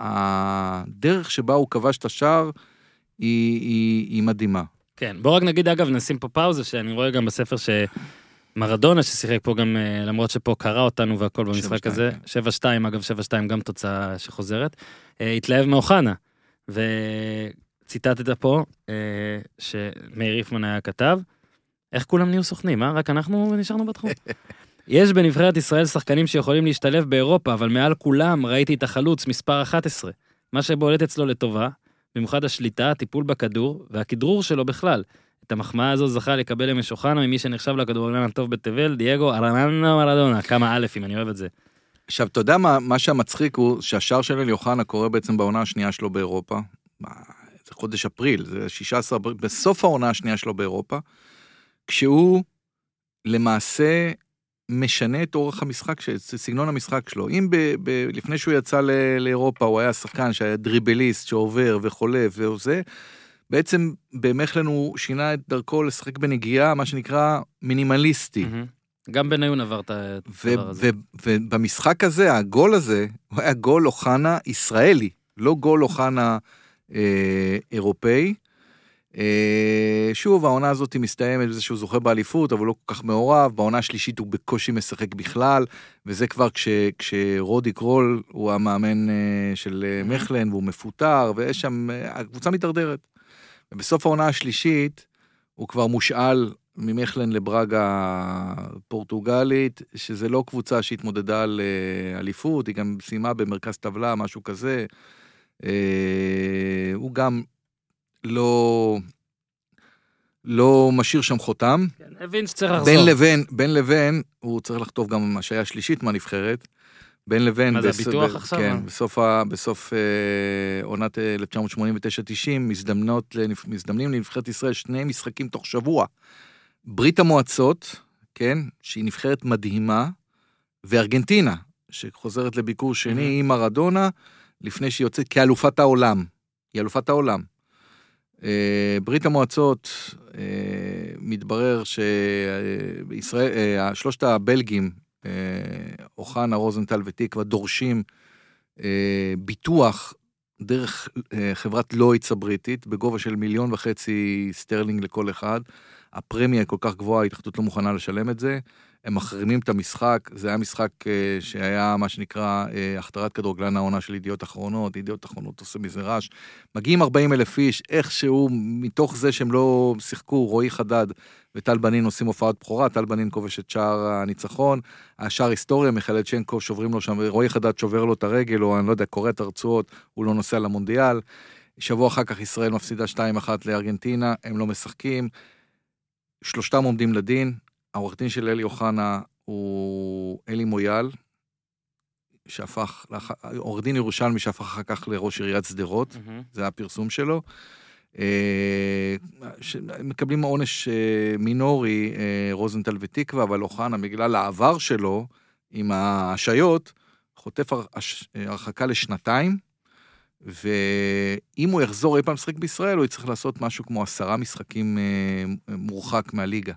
הדרך שבה הוא כבש את השער, היא, היא, היא מדהימה. כן, בוא רק נגיד, אגב, נשים פה פאוזה, שאני רואה גם בספר שמרדונה, ששיחק פה גם, למרות שפה קרא אותנו והכל במשחק הזה, שבע שתיים, אגב, שבע שתיים גם תוצאה שחוזרת, התלהב מאוחנה, וציטטת פה, שמאיר ריפמן היה כתב, איך כולם נהיו סוכנים, אה? רק אנחנו נשארנו בתחום. יש בנבחרת ישראל שחקנים שיכולים להשתלב באירופה, אבל מעל כולם ראיתי את החלוץ מספר אחת עשרה, מה שבולט אצלו לטובה, במיוחד השליטה, הטיפול בכדור, והכדרור שלו בכלל. את המחמאה הזו זכה לקבל אמש אוחנה, ממי שנחשב לכדורגלן הטוב בתבל, דייגו ארמנדו מרדונה, כמה א' אם אני אוהב את זה. עכשיו, אתה יודע מה, מה שהמצחיק הוא, שהשער של אלי אוחנה קורה בעצם בעונה השנייה שלו באירופה, זה חודש אפריל, זה שישה עשר אפריל, בסוף העונה השנייה שלו באירופה, כשהוא למעשה משנה את אורך המשחק, זה סגנון המשחק שלו. אם ב, ב, לפני שהוא יצא ל, לאירופה, הוא היה שחקן שהיה דריבליסט שעובר וחולף וזה, בעצם במכלן הוא שינה את דרכו לשחק בנגיעה, מה שנקרא מינימליסטי. גם בניון עבר את הדבר הזה. ובמשחק הזה, הגול הזה, הוא היה גול אוחנה ישראלי, לא גול אוחנה אה, אירופאי. אה, שוב, העונה הזאת מסתיימת בזה שהוא זוכה באליפות, אבל הוא לא כל כך מעורב. בעונה השלישית הוא בקושי משחק בכלל, וזה כבר כש, כשרודי קרול הוא המאמן אה, של אה, מכלן, והוא מפוטר, ויש שם, אה, הקבוצה מתדרדרת. ובסוף העונה השלישית, הוא כבר מושאל ממכלן לברגה פורטוגלית, שזה לא קבוצה שהתמודדה על אליפות, היא גם סיימה במרכז טבלה, משהו כזה. הוא גם לא, לא משאיר שם חותם. כן, הבין שצריך לחזור. בין לבין, בין לבין, הוא צריך לכתוב גם מה שהיה שלישית מהנבחרת, בין לבין, מה זה, הביטוח עכשיו? כן, בסוף, בסוף עונת אלף תשע מאות שמונים ותשע תשעים, מזדמנים לנבחרת ישראל שני משחקים תוך שבוע. ברית המועצות, כן, שהיא נבחרת מדהימה, וארגנטינה, שחוזרת לביקור שני עם מרדונה, לפני שהיא יוצאת כאלופת העולם. היא אלופת העולם. ברית המועצות, מתברר שישראל, שלושת הבלגים, אוחנה, רוזנטל ותקווה, דורשים ביטוח דרך חברת לוידס הבריטית, בגובה של מיליון וחצי סטרלינג לכל אחד. הפרמיה כל כך גבוהה, ההתאחדות לא מוכנה לשלם את זה. הם מחרימים את המשחק, זה היה משחק שהיה מה שנקרא הכתרת כדורגלן העונה של ידיעות אחרונות, ידיעות אחרונות עושה מזה רעש. מגיעים ארבעים אלף איש, איכשהו מתוך זה שהם לא שיחקו, רועי חדד וטל בנין עושים הופעת בחורה, טל בנין כובש את שער הניצחון, השער היסטוריה, מיכאל צ'נקו שוברים לו שם, רועי חדד שובר לו את הרגל, או אני לא יודע, קורא את הרצועות, הוא לא נוסע למונדיאל. שבוע אחר כך ישראל מפסידה שתיים אחת לארגנטינה, הם לא משחקים, שלושתם עומדים לדין, העורך דין של אלי אוחנה הוא אלי מויאל, שהפך, עורך דין ירושלמי שהפך אחר כך לראש עיריית שדרות, mm-hmm. זה הפרסום שלו, מקבלים עונש מינורי, רוזנטל ותקווה, אבל אוחנה בגלל העבר שלו עם ההשעיות, חוטף הרחקה לשנתיים, ואם הוא יחזור אי פעם משחק בישראל, הוא יצטרך לעשות משהו כמו עשרה משחקים מורחק מהליגה.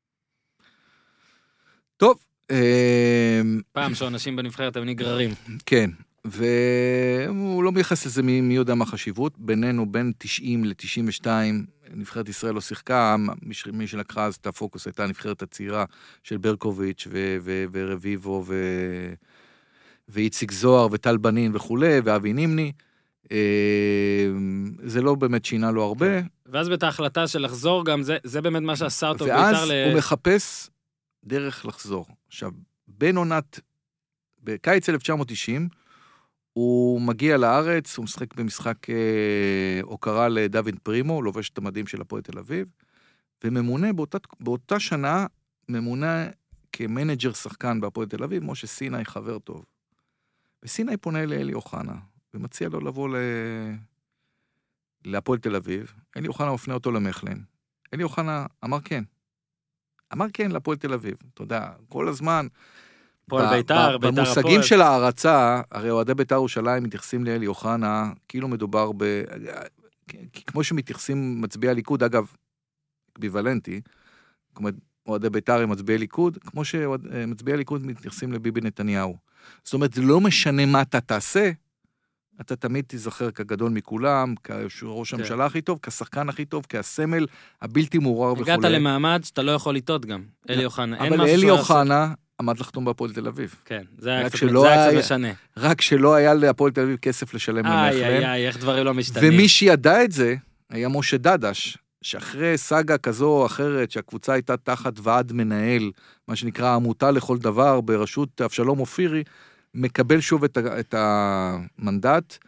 טוב. פעם שאנשים בנבחרת הם נגררים. כן, והוא לא מייחס לזה מי, מי יודע מה חשיבות. בינינו, בין תשעים ל-תשעים ושתיים, נבחרת ישראל לא שיחקה, מי, מי שלקחה אז את הפוקוס הייתה הנבחרת הצעירה של ברקוביץ' ו- ו- ורביבו ו- ואיציק זוהר וטל בנין וכו', ואבי נימני. זה לא באמת שינה לו הרבה. ואז בית ההחלטה של לחזור גם, זה, זה באמת מה שעשה אותו. ואז ל... הוא מחפש דרך לחזור. עכשיו, בין עונת, בקיץ אלף תשע מאות תשעים, הוא מגיע לארץ, הוא משחק במשחק אה, הוקרה לדוד פרימו, לובש את המדים של הפועל תל אביב, וממונה באותה, באותה שנה, ממונה כמנג'ר שחקן בהפועל תל אביב, משה סיני חבר טוב. וסיני פונה לאלי אוחנה, ומציע לו לבוא ל... להפועל תל אביב. אלי אוחנה מפנה אותו למכלן. אלי אוחנה אמר כן. אמר כן להפועל תל אביב. אתה יודע, כל הזמן... פועל ביתר, ביתר הפועל. במושגים של ההרצה, הרי אוהדי ביתר ירושלים מתייחסים לאלי אוחנה, כאילו מדובר ב... כמו שמתייחסים מצביעי הליכוד, אגב, אקוויוולנטי, כמו אוהדי ביתר הם מצביעי ליכוד, כמו שמצביעי הליכוד מתייחסים לביבי נתניהו. זאת אומרת, לא משנה מה אתה תעשה, אתה תמיד תיזכר כגדול מכולם, כראש הממשלה הכי טוב, כשחקן הכי טוב, כהסמל, הבלתי מעורר וכו'. הגעת למעמד שאתה לא יכול לטעות גם, אלי אוחנה. אבל אלי אוחנה עמד לחתום בהפועל תל אביב. כן, זה היה קצת משנה. רק שלא היה להפועל תל אביב כסף לשלם למכלן. איי, איי, איי, איך דברים לא משתנים. ומי שידע את זה, היה משה דדש, שאחרי סאגה כזו או אחרת, שהקבוצה הייתה תחת ועד מנהל, מה שנקרא עמותה לכל דבר, בראשות אבשלום אופירי, מקבל שוב את, את המנדט,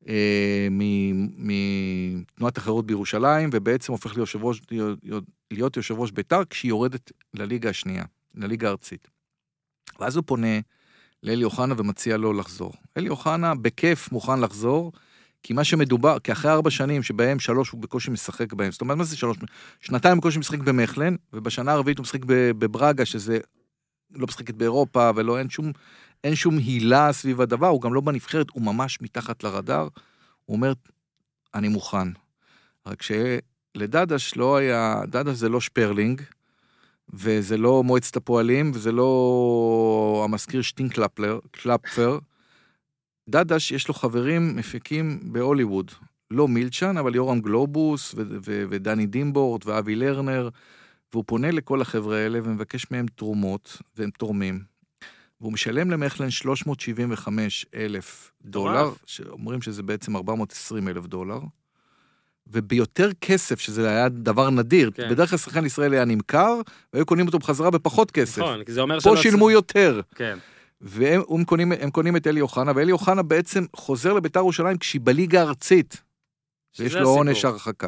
מתנועת החירות בירושלים, ובעצם הופך להיות יושב ראש, להיות יושב ראש בית"ר, כשהיא יורדת לליגה השנייה, לליגה הארצית. ואז הוא פונה לאלי אוחנה ומציע לו לחזור. אלי אוחנה בכיף מוכן לחזור, כי מה שמדובר, כי אחרי ארבע שנים שבהם שלוש הוא בקושי משחק בהם, זאת אומרת, מה זה שלוש? שנתיים בקושי משחק במחלן, ובשנה הרביעית הוא משחק בברגה, שזה לא משחקת באירופה, ולא אין שום, אין שום הילה סביב הדבר, הוא גם לא בנבחרת, הוא ממש מתחת לרדאר, הוא אומר, אני מוכן. רק שלדדש לא היה, דדש זה לא שפרלינג, וזה לא מועצת הפועלים, וזה לא המזכיר שטינקלפלר, קלפפר. דדש יש לו חברים מפיקים בהוליווד, לא מילצ'ן, אבל יורם גלובוס, ו- ו- ודני דימבורט, ואבי לרנר, והוא פונה לכל החבר'ה האלה, ומבקש מהם תרומות, והם תורמים. והוא משלם למחלן שלוש מאות שבעים וחמישה אלף דולר, שאומרים שזה בעצם ארבע מאות ועשרים אלף דולר, וביותר כסף, שזה היה דבר נדיר, כן. בדרך כלל שחקן ישראל היה נמכר, והיו קונים אותו בחזרה בפחות כסף. נכון, כי זה אומר פה שילמו צ... יותר. כן. והם קונים, הם קונים את אלי אוחנה, ואלי אוחנה בעצם חוזר לבית"ר ירושלים כשהיא בליגה הארצית, ויש לו עונש הרחקה.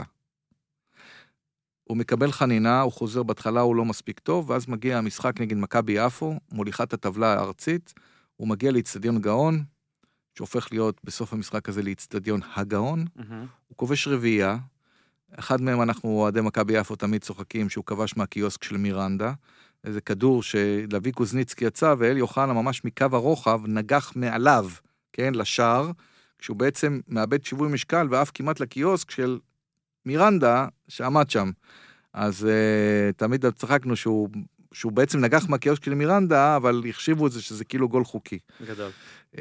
הוא מקבל חנינה, הוא חוזר בהתחלה, הוא לא מספיק טוב, ואז מגיע המשחק נגד מכבי יפו, מוליכת הטבלה הארצית, הוא מגיע לאצטדיון גאון, שהופך להיות בסוף המשחק הזה לאצטדיון הגאון, mm-hmm. הוא כובש רביעייה, אחד מהם אנחנו אוהדי מכבי יפו תמיד צוחקים, שהוא כבש מהקיוסק של מירנדה, איזה כדור שלוי קוזניצקי יצא, ואלי אוחנה ממש מקו הרוחב, נגח מעליו, כן, לשער, כשהוא בעצם מאבד שיווי משקל, ואף כמעט לקיוסק של מירנדה, שעמד שם. אז uh, תמיד צחקנו שהוא, שהוא בעצם נגח מהקיוסק של מירנדה, אבל החשיבו את זה שזה כאילו גול חוקי. גדול. Uh,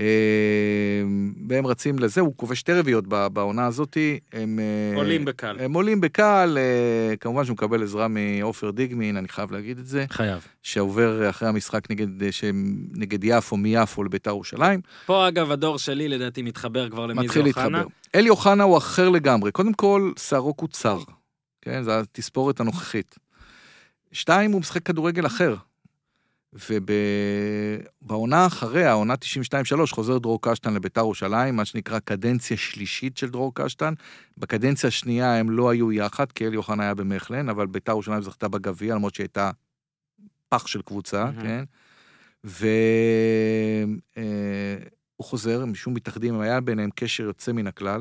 והם רצים לזה, הוא כובש שתי רביעיות בעונה הזאת, הם... Uh, עולים בקל. הם עולים בקל, uh, כמובן שהוא מקבל עזרה מאופר דיגמין, אני חייב להגיד את זה. חייב. שעובר אחרי המשחק נגד, נגד יפו, מיפו לבית"ר ירושלים. פה אגב הדור שלי לדעתי מתחבר כבר למי זה אוחנה. אלי אוחנה הוא אחר לגמרי. קודם כל, שערו קוצר. כן, זו התספורת הנוכחית. שתיים, הוא משחק כדורגל אחר. ובעונה אחריה, העונה תשעים ושתיים שלוש, חוזר דרור קשטן לבית"ר ירושלים, מה שנקרא קדנציה שלישית של דרור קשטן. בקדנציה השנייה הם לא היו יחד, כי אלי אוחנה היה במחלן, אבל בית"ר ירושלים זכתה בגביע, למרות שהייתה פח של קבוצה, mm-hmm. כן? והוא חוזר, משום מתאחדים, היה ביניהם קשר יוצא מן הכלל,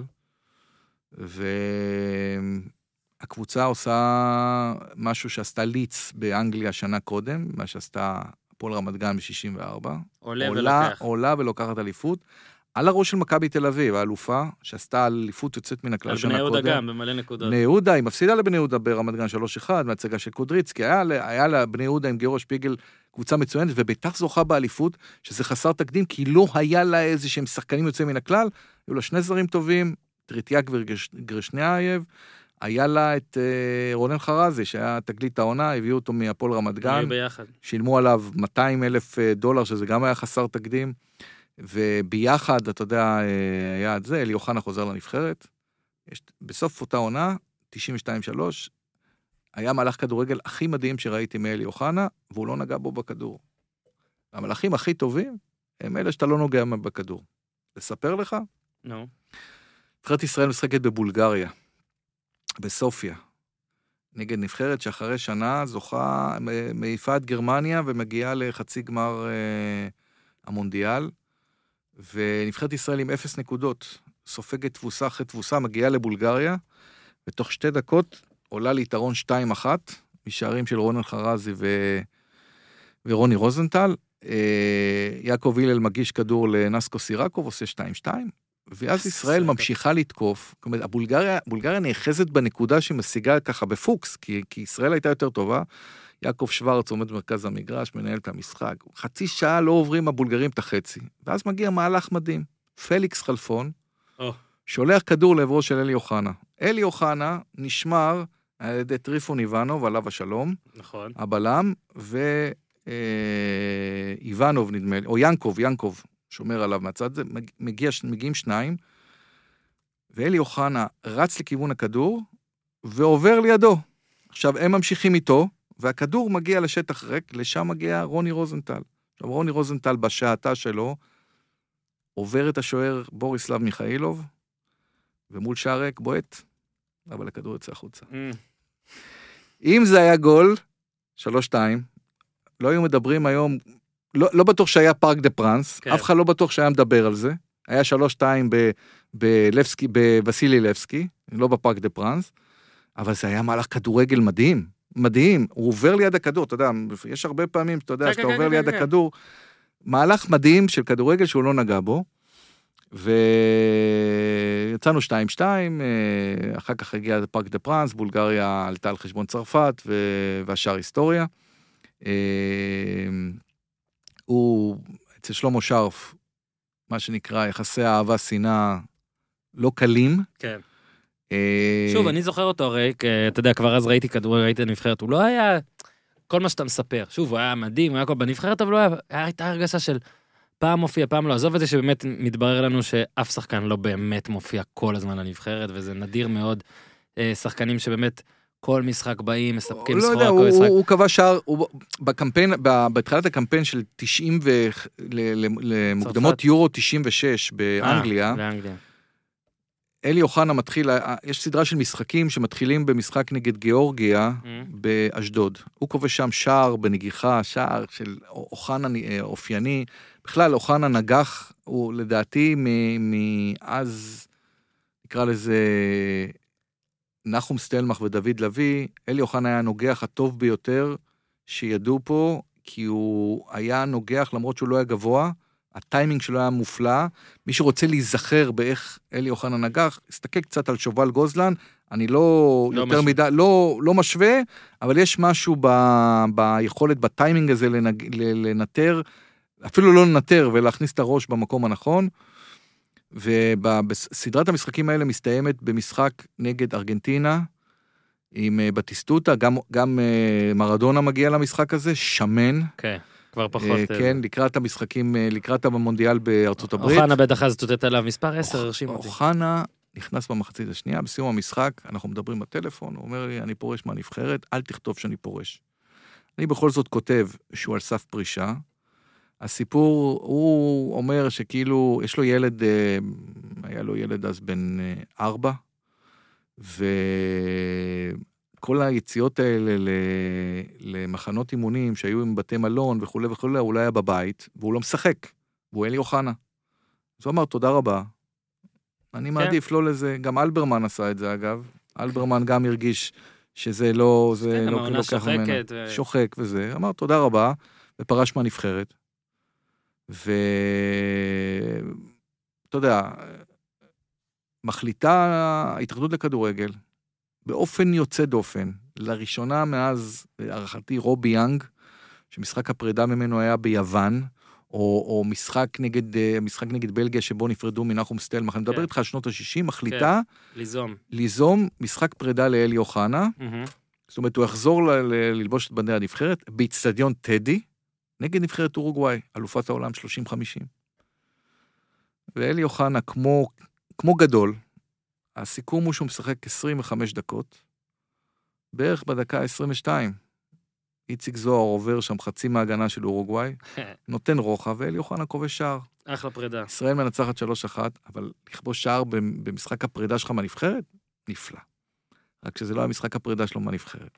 והקבוצה עושה משהו שעשתה ליץ באנגליה שנה קודם, מה שעשתה הפועל רמת גן ב-שישים וארבע. עולה ולוקח. עולה ולוקחת אליפות. על הראש של מכבי תל אביב, האלופה, שעשתה אליפות יוצאת מן הכלל שנה קודם. על בני יהודה גם, במלא נקודות. בני יהודה, היא מפסידה לבני יהודה ברמת גן שלוש אחד, מהצגה של קודריצקי, היה, היה לה בני יהודה עם גיאורו שפיגל קבוצה מצוינת, ובית"ר זוכה באליפות, שזה חסר תקדים, כי לא היה לה איזה שהם שחקנים יוצאים מן הכלל, היו לה שני זרים טובים, טריטיאק וגרשנייב, היה לה את uh, רונן חרזי, שהיה תגלית העונה, הביאו אותו מהפועל רמת גן, שילמו עליו מאתיים אלף דולר, שזה גם היה חסר תקדים, וביחד, אתה יודע, היה את זה, אלי אוחנה חוזר לנבחרת, יש, בסוף אותה עונה, תשעים ושתיים שלוש, היה מהלך כדורגל הכי מדהים שראיתי מאלי אוחנה, והוא לא נגע בו בכדור. המהלכים הכי טובים, הם אלה שאתה לא נוגע בכדור. לספר לך? נו. נבחרת ישראל משחקת בבולגריה, בסופיה, נגד נבחרת שאחרי שנה זוכה, מעיפה את גרמניה, ומגיעה לחצי גמר אה, המונדיאל, ונבחרת ישראל עם אפס נקודות, סופגת תבוסה אחרי תבוסה, מגיעה לבולגריה, ותוך שתי דקות עולה ליתרון שתיים אחת, משערים של רונן חרזי ו... ורוני רוזנטל, יעקב הלל מגיש כדור לנסקו סירקוב, עושה שתיים שתיים, ואז ישראל ממשיכה לתקוף, זאת אומרת, הבולגריה, בולגריה נאחזת בנקודה שמשיגה ככה בפוקס, כי, כי ישראל הייתה יותר טובה, יעקב שוורץ עומד במרכז המגרש, מנהל את המשחק, חצי שעה לא עוברים הבולגרים את החצי, ואז מגיע מהלך מדהים, פליקס חלפון, oh. שולח כדור לעברו של אלי אוחנה. אלי אוחנה נשמר על ידי טריפון איוונוב, עליו השלום, נכון. הבלם, ואיוונוב נדמה לי, או ינקוב, ינקוב, שומר עליו מהצד זה, מגיע, מגיעים שניים, ואלי אוחנה רץ לכיוון הכדור, ועובר לידו. עכשיו, הם ממשיכים איתו, והכדור מגיע לשטח ריק, לשם מגיע רוני רוזנטל. עכשיו, רוני רוזנטל בשעתה שלו, עובר את השוער בוריסלב מיכאילוב, ומול שער ריק בועט, אבל הכדור יוצא החוצה. Mm. אם זה היה גול, שלוש שתיים, לא היו מדברים היום, לא, לא בטוח שהיה פארק דה פרנס, כן. אף אחד לא בטוח שהיה מדבר על זה, היה שלוש שתיים בלבסקי, בווסילי לבסקי, לא בפארק דה פרנס, אבל זה היה מהלך כדורגל מדהים, מדהים, הוא עובר ליד הכדור, אתה יודע, יש הרבה פעמים, אתה יודע, כן, שאתה כן, עובר כן, ליד כן, הכדור, מהלך מדהים של כדורגל שהוא לא נגע בו, ויצאנו שתיים שתיים, אחר כך הגיע פארק דה פרנס, בולגריה עלתה על חשבון צרפת, והשאר היסטוריה. הוא, אצל שלמה שרף, מה שנקרא, יחסי אהבה, שנאה, לא קלים. כן. שוב, אני זוכר אותו הרי, אתה יודע, כבר אז ראיתי כדורגל, ראיתי את הנבחרת, הוא לא היה כל מה שאתה מספר. שוב, הוא היה מדהים, הוא היה כל בנבחרת, אבל לא היה, הייתה הרגשה של פעם מופיע, פעם לא. עזוב את זה שבאמת מתברר לנו שאף שחקן לא באמת מופיע כל הזמן לנבחרת, וזה נדיר מאוד, שחקנים שבאמת כל משחק באים, מספקים סחורה, לא יודע, כל משחק. הוא קבע שער, בקמפיין, בתחילת הקמפיין של תשעים למוקדמות יורו תשעים ושש באנגליה, באנגליה. אלי אוחנה מתחיל, יש סדרה של משחקים שמתחילים במשחק נגד גיאורגיה באשדוד. הוא כובש שם שער בנגיחה, שער של אוחנה אופייני. בכלל, אוחנה נגח, הוא לדעתי מאז, נקרא לזה, נחום סטלמך ודוד לוי, אלי אוחנה היה הנוגח הטוב ביותר שידעו פה, כי הוא היה נוגח למרות שהוא לא היה גבוה, הטיימינג שלו היה מופלא, מי שרוצה להיזכר באיך אלי אוחנה נגח, הסתכל קצת על שובל גוזלן, אני לא, לא יותר משווה. מדי, לא, לא משווה, אבל יש משהו ב, ביכולת, בטיימינג הזה לנג, לנטר, אפילו לא לנטר ולהכניס את הראש במקום הנכון, ובסדרת המשחקים האלה מסתיימת במשחק נגד ארגנטינה, עם בטיסטוטה, גם, גם מרדונה מגיע למשחק הזה, שמן. כן. כבר פחות. כן, לקראת המשחקים, לקראת המונדיאל בארצות הברית. אוחנה בטח אז תוצאת עליו מספר עשר, הרשים אותי. אוחנה נכנס במחצית השנייה, בסיום המשחק, אנחנו מדברים בטלפון, הוא אומר לי, אני פורש מהנבחרת, אל תכתוב שאני פורש. אני בכל זאת כותב שהוא על סף פרישה. הסיפור, הוא אומר שכאילו, יש לו ילד, היה לו ילד אז בן ארבע, ו... כל היציאות האלה למחנות אימונים שהיו עם בתי מלון וכו' וכו', הוא לא היה בבית, והוא לא משחק, והוא אלי אוחנה. אז הוא אמר, תודה רבה. אני מעדיף לא לזה, גם אלברמן עשה את זה אגב, אלברמן גם הרגיש שזה לא, זה לא לוקח ממנו. שוחק וזה, אמר תודה רבה, ופרש מהנבחרת. ואתה יודע, מחליטה ההתאחדות לכדורגל, באופן יוצא דופן, לראשונה מאז הערכתי רובי יאנג, שמשחק הפרידה ממנו היה ביוון, או, או משחק נגד, משחק נגד בלגיה שבו נפרדו מנחום סטלמך, אני מדבר איתך על שנות ה-שישים, מחליטה ליזום. ליזום משחק פרידה לאלי אוחנה, זאת אומרת, הוא יחזור ללבוש את בנדי הנבחרת, באצטדיון טדי, נגד נבחרת אורוגוואי, אלופת העולם שלושים חמישים. ואלי אוחנה כמו, כמו גדול, הסיכום הוא שהוא משחק עשרים וחמש דקות, בערך בדקה עשרים ושתיים, איציק זוהר עובר שם חצי מההגנה של אורוגוואי, נותן רוחב, ואלי אוחנה כובש שער. אחלה פרידה. ישראל מנצחת שלוש אחת, אבל לכבוש שער במשחק הפרידה שלך מהנבחרת, נפלא. רק שזה לא היה משחק הפרידה שלו מהנבחרת.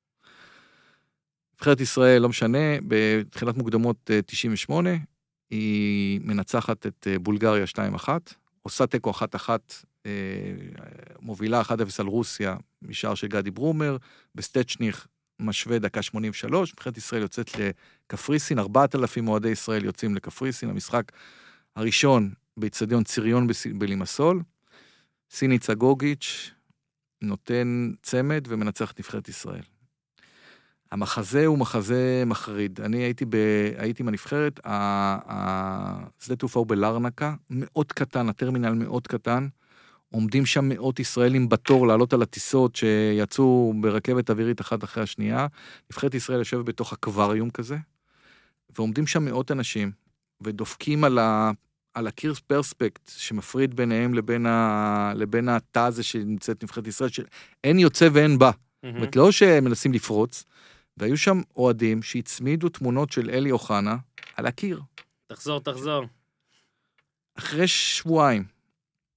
נבחרת ישראל, לא משנה, בתחילת מוקדמות תשעים ושמונה, היא מנצחת את בולגריה שתיים אחת, עושה תיקו אחת אחת, מובילה אחת אפס על רוסיה, משער של גדי ברומר, בסטצ'ניך משווה דקה שמונים ושלוש, נבחרת ישראל יוצאת לקפריסין, ארבעת אלפים מועדי ישראל יוצאים לקפריסין, המשחק הראשון באצטדיון ציריון בלימסול, סיניץ אגוגיץ' נותן צמד ומנצח את נבחרת ישראל. המחזה הוא מחזה מחריד. אני הייתי, ב... הייתי מהנבחרת, השדה תעופה הוא בלרנקה, מאוד קטן, הטרמינל מאוד קטן, עומדים שם מאות ישראלים בתור לעלות על הטיסות שיצאו ברכבת אווירית אחת אחרי השנייה, נבחרת ישראל יושב בתוך אקווריום כזה, ועומדים שם מאות אנשים, ודופקים על, ה... על הקיר פרספקט שמפריד ביניהם לבין, ה... לבין התא הזה שנמצאת נבחרת ישראל, שאין יוצא ואין בא. זאת אומרת, לא שהם מנסים לפרוץ, והיו שם אוהדים שהצמידו תמונות של אלי אוחנה על הקיר. תחזור, תחזור. אחרי שבועיים,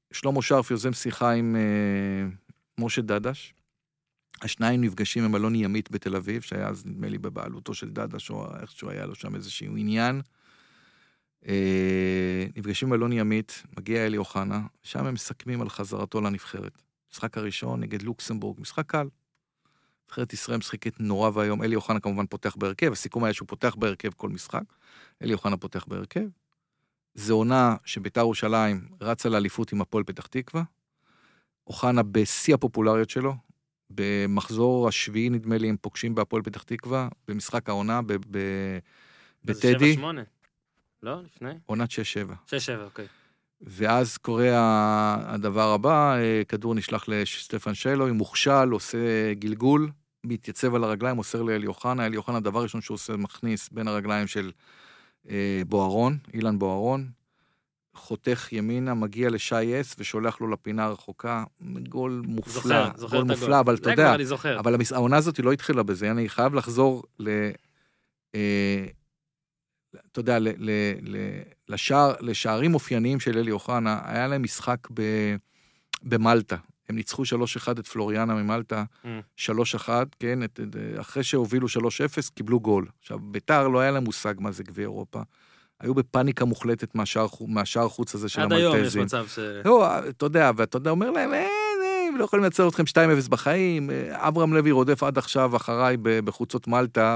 שלמה שרף יוזם שיחה עם uh, משה דדש. השניים נפגשים עם אלון ימית בתל אביב, שהיה אז נדמה לי בבעלותו של דדש, או איכשהו היה לו שם איזשהו עניין. Uh, נפגשים עם אלון ימית, מגיע אלי אוחנה, שם הם מסכמים על חזרתו לנבחרת. משחק הראשון נגד לוקסמבורג, משחק קל. נבחרת ישראל משחקת נורא והיום, אלי אוחנה כמובן פותח בהרכב, הסיכום היה שהוא פותח בהרכב כל משחק, אלי אוחנה פותח בהרכב. זה עונה שבית"ר ירושלים רצה לאליפות עם הפועל פתח תקווה, אוחנה בשיא הפופולריות שלו, במחזור השביעי נדמה לי הם פוגשים בהפועל פתח תקווה, במשחק העונה בטדי. שבע שמונה? לא, לפני? עונת שש שבע. שש שבע, אוקיי. ואז קורה הדבר הבא, כדור נשלח לסטפן שלוי, מוכשל, עושה גלגול, מתייצב על הרגליים, מוסר לאלי אוחנה, אלי אוחנה, הדבר ראשון שהוא עושה, מכניס בין הרגליים של בוערון, אילן בוערון, חותך ימינה, מגיע לשי אס, ושולח לו לפינה הרחוקה, גול מופלא, זוכר, זוכר גול את הגול. מופלא, אבל אתה יודע, אבל העונה הזאת היא לא התחילה בזה, אני חייב לחזור ל... אתה יודע, לשער, לשערים אופייניים של אלי אוחנה, היה להם משחק במלטה. הם ניצחו שלוש אחת את פלוריאנה ממלטה, שלוש אחת, כן, אחרי שהובילו שלוש אפס, קיבלו גול. עכשיו, בית"ר לא היה להם מושג מה זה גביע אירופה. היו בפאניקה מוחלטת מהשער חוץ הזה של המלטזים. עד היום יש מצב ש... לא, אתה יודע, ואתה יודע, אומר להם, אין, אין, לא יכולים לייצר אתכם שתיים אפס בחיים, אברהם לוי רודף עד עכשיו אחריי בחוצות מלטה,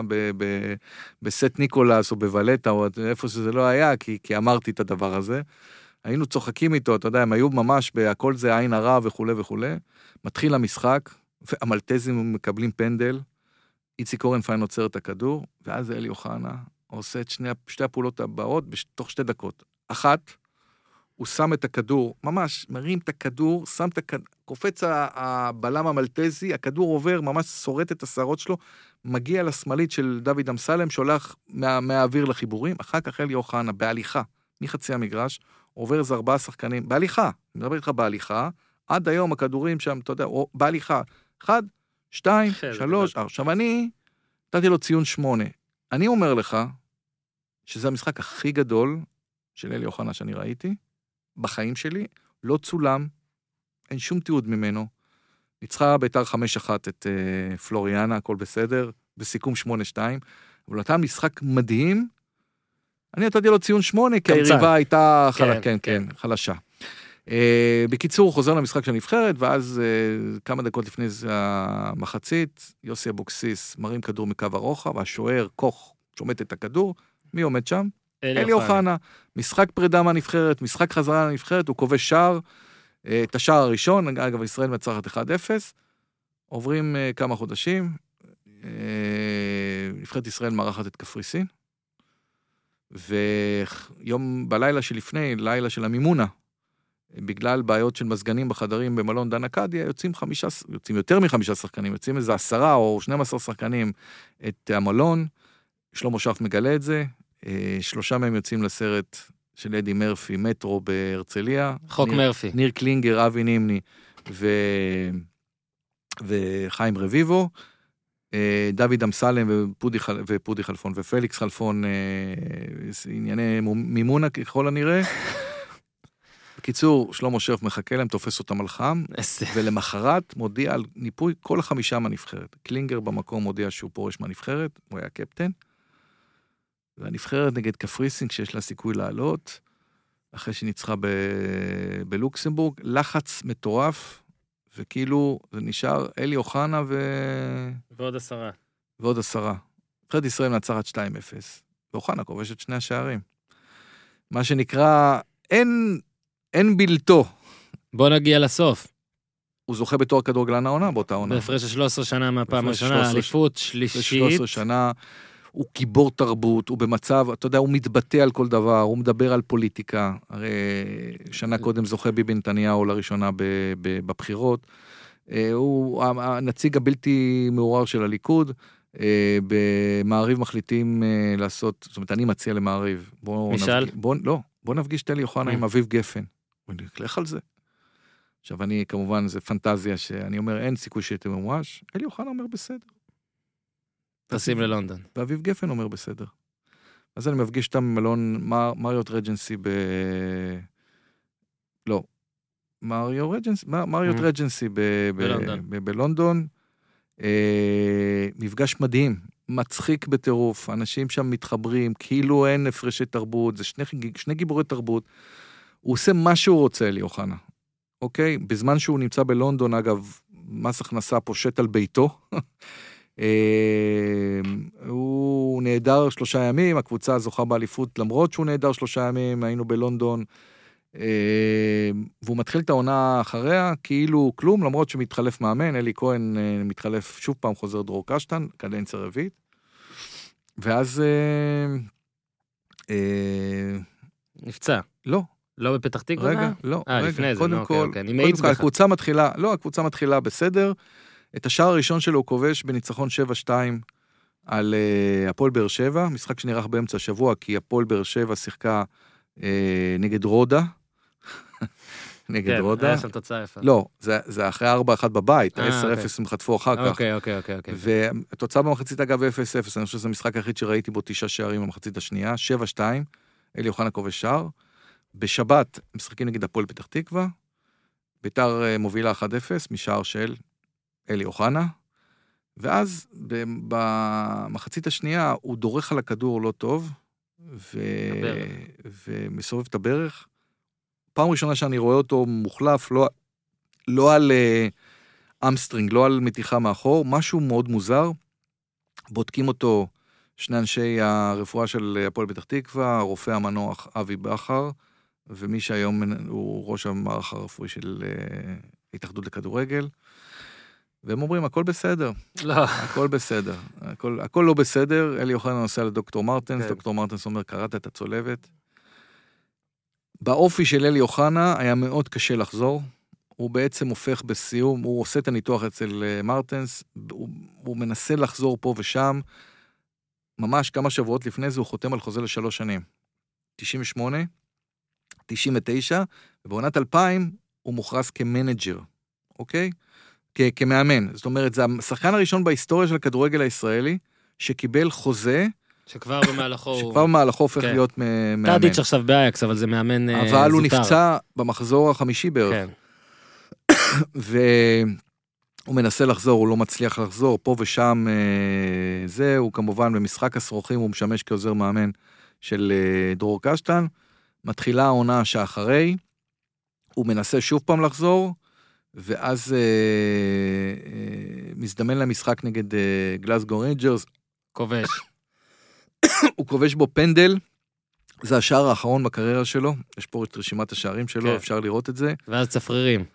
בסט ניקולס או בוולטה, או איפה שזה לא היה, כי, כי אמרתי את הדבר הזה. היינו צוחקים איתו, אתה יודע, הם היו ממש, הכל זה עין הרע וכו' וכו'. מתחיל המשחק, והמלטזים מקבלים פנדל, איציק אורנפיין עוצר את הכדור, ואז אלי אוחנה עושה את שני, שתי הפעולות הבאות בתוך שתי דקות. אחת, הוא שם את הכדור, ממש מרים את הכדור, שם את הכדור, קופץ הבלם המלטזי, הכדור עובר, ממש שורט את השערות שלו, מגיע לשמאלית של דוד אמסלם, שולח מה, מהאוויר לחיבורים, אחר כך אלי אוחנה, בהליכה, מחצי המגרש, עובר איזה ארבעה שחקנים, בהליכה, אני מדבר איתך בהליכה, עד היום הכדורים שם, אתה יודע, בהליכה, אחד, שתיים, שלוש, עכשיו אני, נתתי לו ציון שמונה, אני אומר לך, שזה המשחק הכי גדול, של אלי אוחנה שאני ראיתי, בחיים שלי, לא צולם, אין שום תיעוד ממנו, ניצחה בית"ר חמש אחת את uh, פלוריאנה, הכל בסדר, בסיכום שמונה שתיים, אבל אתה משחק מדהים, אני נתתי לו ציון שמונה, כי היריבה הייתה חלה, כן, כן, כן, חלשה. Uh, בקיצור, הוא חוזר למשחק של הנבחרת, ואז uh, כמה דקות לפני זה המחצית, יוסי אבוקסיס מרים כדור מקו הרוחב, והשוער כוך שומט את הכדור, מי עומד שם? אלי אוחנה. משחק פרידה מהנבחרת, משחק חזרה לנבחרת, הוא כובש שער, uh, את השער הראשון, אגב, ישראל מצחת אחד אפס, עוברים uh, כמה חודשים, uh, נבחרת ישראל מארחת את קפריסין, ויום בלילה שלפני, לילה של המימונה, בגלל בעיות של מזגנים בחדרים במלון דן אקדיה, יוצאים חמישה, יוצאים יותר מחמישה שחקנים, יוצאים איזה עשרה או שנים עשר שחקנים את המלון, שלמה שרף מגלה את זה, שלושה מהם יוצאים לסרט של אדי מרפי, מטרו בהרצליה. חוק ניר, מרפי. ניר קלינגר, אבי נימני ו... וחיים רביבו, דוד אמסלם ופודי, ופודי חלפון ופליקס חלפון, ענייני מימונה ככל הנראה. בקיצור, שלמה שרף מחכה להם, תופס אותם על חם, ולמחרת מודיע על ניפוי כל החמישה מהנבחרת. קלינגר במקום מודיע שהוא פורש מהנבחרת, הוא היה קפטן, והנבחרת נגד קפריסין, כשיש לה סיכוי לעלות, אחרי שניצחה ב... בלוקסמבורג, לחץ מטורף, וכאילו זה נשאר אלי אוחנה ו... ועוד עשרה. ועוד עשרה. נבחרת ישראל נצחת שתיים אפס, ואוחנה כובש את שני השערים. מה שנקרא, אין, אין בלתו. בוא נגיע לסוף. הוא זוכה בתואר כדורגלן העונה באותה עונה. בהפרש של שלוש עשרה שנה מהפעם הראשונה, אליפות שלישית. שלוש עשרה שנה, הוא גיבור תרבות, הוא במצב, אתה יודע, הוא מתבטא על כל דבר, הוא מדבר על פוליטיקה, הרי שנה קודם זוכה ביבי נתניהו לראשונה בבחירות, הוא הנציג הבלתי מעורר של הליכוד, במעריב מחליטים לעשות, זאת אומרת, אני מציע למעריב. משאל? לא, בוא נפגיש את אלי אוחנה עם אביב גפן, ונלך על זה. עכשיו אני, כמובן, זה פנטזיה שאני אומר, אין סיכוי שאתה ממש, אלי אוחנה אומר בסדר. טסים ללונדון. ואביב גפן אומר בסדר. אז אני מפגיש אותם במלון מריוט רג'נסי ב... לא, מריו רג'נסי, מריוט Mm. רג'נסי ב- ב- בלונדון. ב- בלונדון. אה, מפגש מדהים, מצחיק בטירוף, אנשים שם מתחברים, כאילו אין הפרשי תרבות, זה שני, שני גיבורי תרבות. הוא עושה מה שהוא רוצה, אלי אוחנה. אוקיי? בזמן שהוא נמצא בלונדון, אגב, מס הכנסה פושט על ביתו. הוא נהדר שלושה ימים, הקבוצה זוכה באליפות, למרות שהוא נהדר שלושה ימים, היינו בלונדון, והוא מתחיל את העונה אחריה, כאילו כלום, למרות שמתחלף מאמן, אלי כהן מתחלף שוב פעם, חוזר דרור קשטן, קדנציה רביעית, ואז... נפצע. לא. לא בפתח תקווה? רגע, לא, אה, רגע, לפני זה, קודם אוקיי, כל, אוקיי, אני קודם מאיץ כל, בך. הקבוצה מתחילה, לא, הקבוצה מתחילה בסדר, את השער הראשון שלו הוא כובש בניצחון שבע שתיים על uh, הפועל באר שבע, משחק שנערך באמצע השבוע, כי הפועל באר שבע שיחקה uh, נגד רודה, נגד כן, רודה. היה שם תוצאה יפה. לא, זה, זה אחרי ארבע אחת בבית, אה, עשר אפס הם חטפו אחר כך. אוקיי, אוקיי, אוקיי, אוקיי. והתוצאה במחצית אגב אפס אפס, אני חושב שזה המשחק היחיד שראיתי בו תשעה שערים במחצית השנייה, שבע שתיים, אלי אוחנה כובש שער. בשבת משחקים נגד הפועל פתח תקווה, ביתר מובילה אחד אפס משער של אלי אוחנה, ואז במחצית השנייה הוא דורך על הכדור לא טוב, ו... ומסובב את הברך. פעם ראשונה שאני רואה אותו מוחלף, לא, לא על אמסטרינג, לא על מתיחה מאחור, משהו מאוד מוזר. בודקים אותו שני אנשי הרפואה של הפועל פתח תקווה, הרופא המנוח אבי בכר, ומי שהיום הוא ראש המערך הרפואי של התאחדות לכדורגל, והם אומרים, הכל בסדר. לא. הכל בסדר. הכל, הכל לא בסדר. אלי אוחנה נוסע לדוקטור מרטנס, כן. דוקטור מרטנס אומר, קראת את הצולבת. באופי של אלי אוחנה היה מאוד קשה לחזור, הוא בעצם הופך בסיום, הוא עושה את הניתוח אצל מרטנס, הוא, הוא מנסה לחזור פה ושם, ממש כמה שבועות לפני זה הוא חותם על חוזה לשלוש שנים. תשעים ושמונה, תשעים ותשע, ובעונת אלפיים הוא מוכרז כמנג'ר, אוקיי? כ- כמאמן. זאת אומרת, זה השחקן הראשון בהיסטוריה של הכדורגל הישראלי, שקיבל חוזה, שכבר במהלכו... שכבר במהלכו הופך כן. להיות מאמן. טאדיץ' עכשיו באייקס, אבל זה מאמן אבל זוטר. הוא נפצע במחזור החמישי בערך. כן. והוא מנסה לחזור, הוא לא מצליח לחזור, פה ושם אה, זה, הוא כמובן במשחק הסרוכים, הוא משמש כעוזר מאמן של אה, דרור קשטן, מתחילה העונה שאחרי, הוא מנסה שוב פעם לחזור, ואז אה, אה, מזדמן למשחק נגד אה, גלאסגו ריינג'רס, כובש. הוא כובש בו פנדל, זה השער האחרון בקריירה שלו, יש פה את רשימת השערים שלו, כן. אפשר לראות את זה. ואז צפרירים.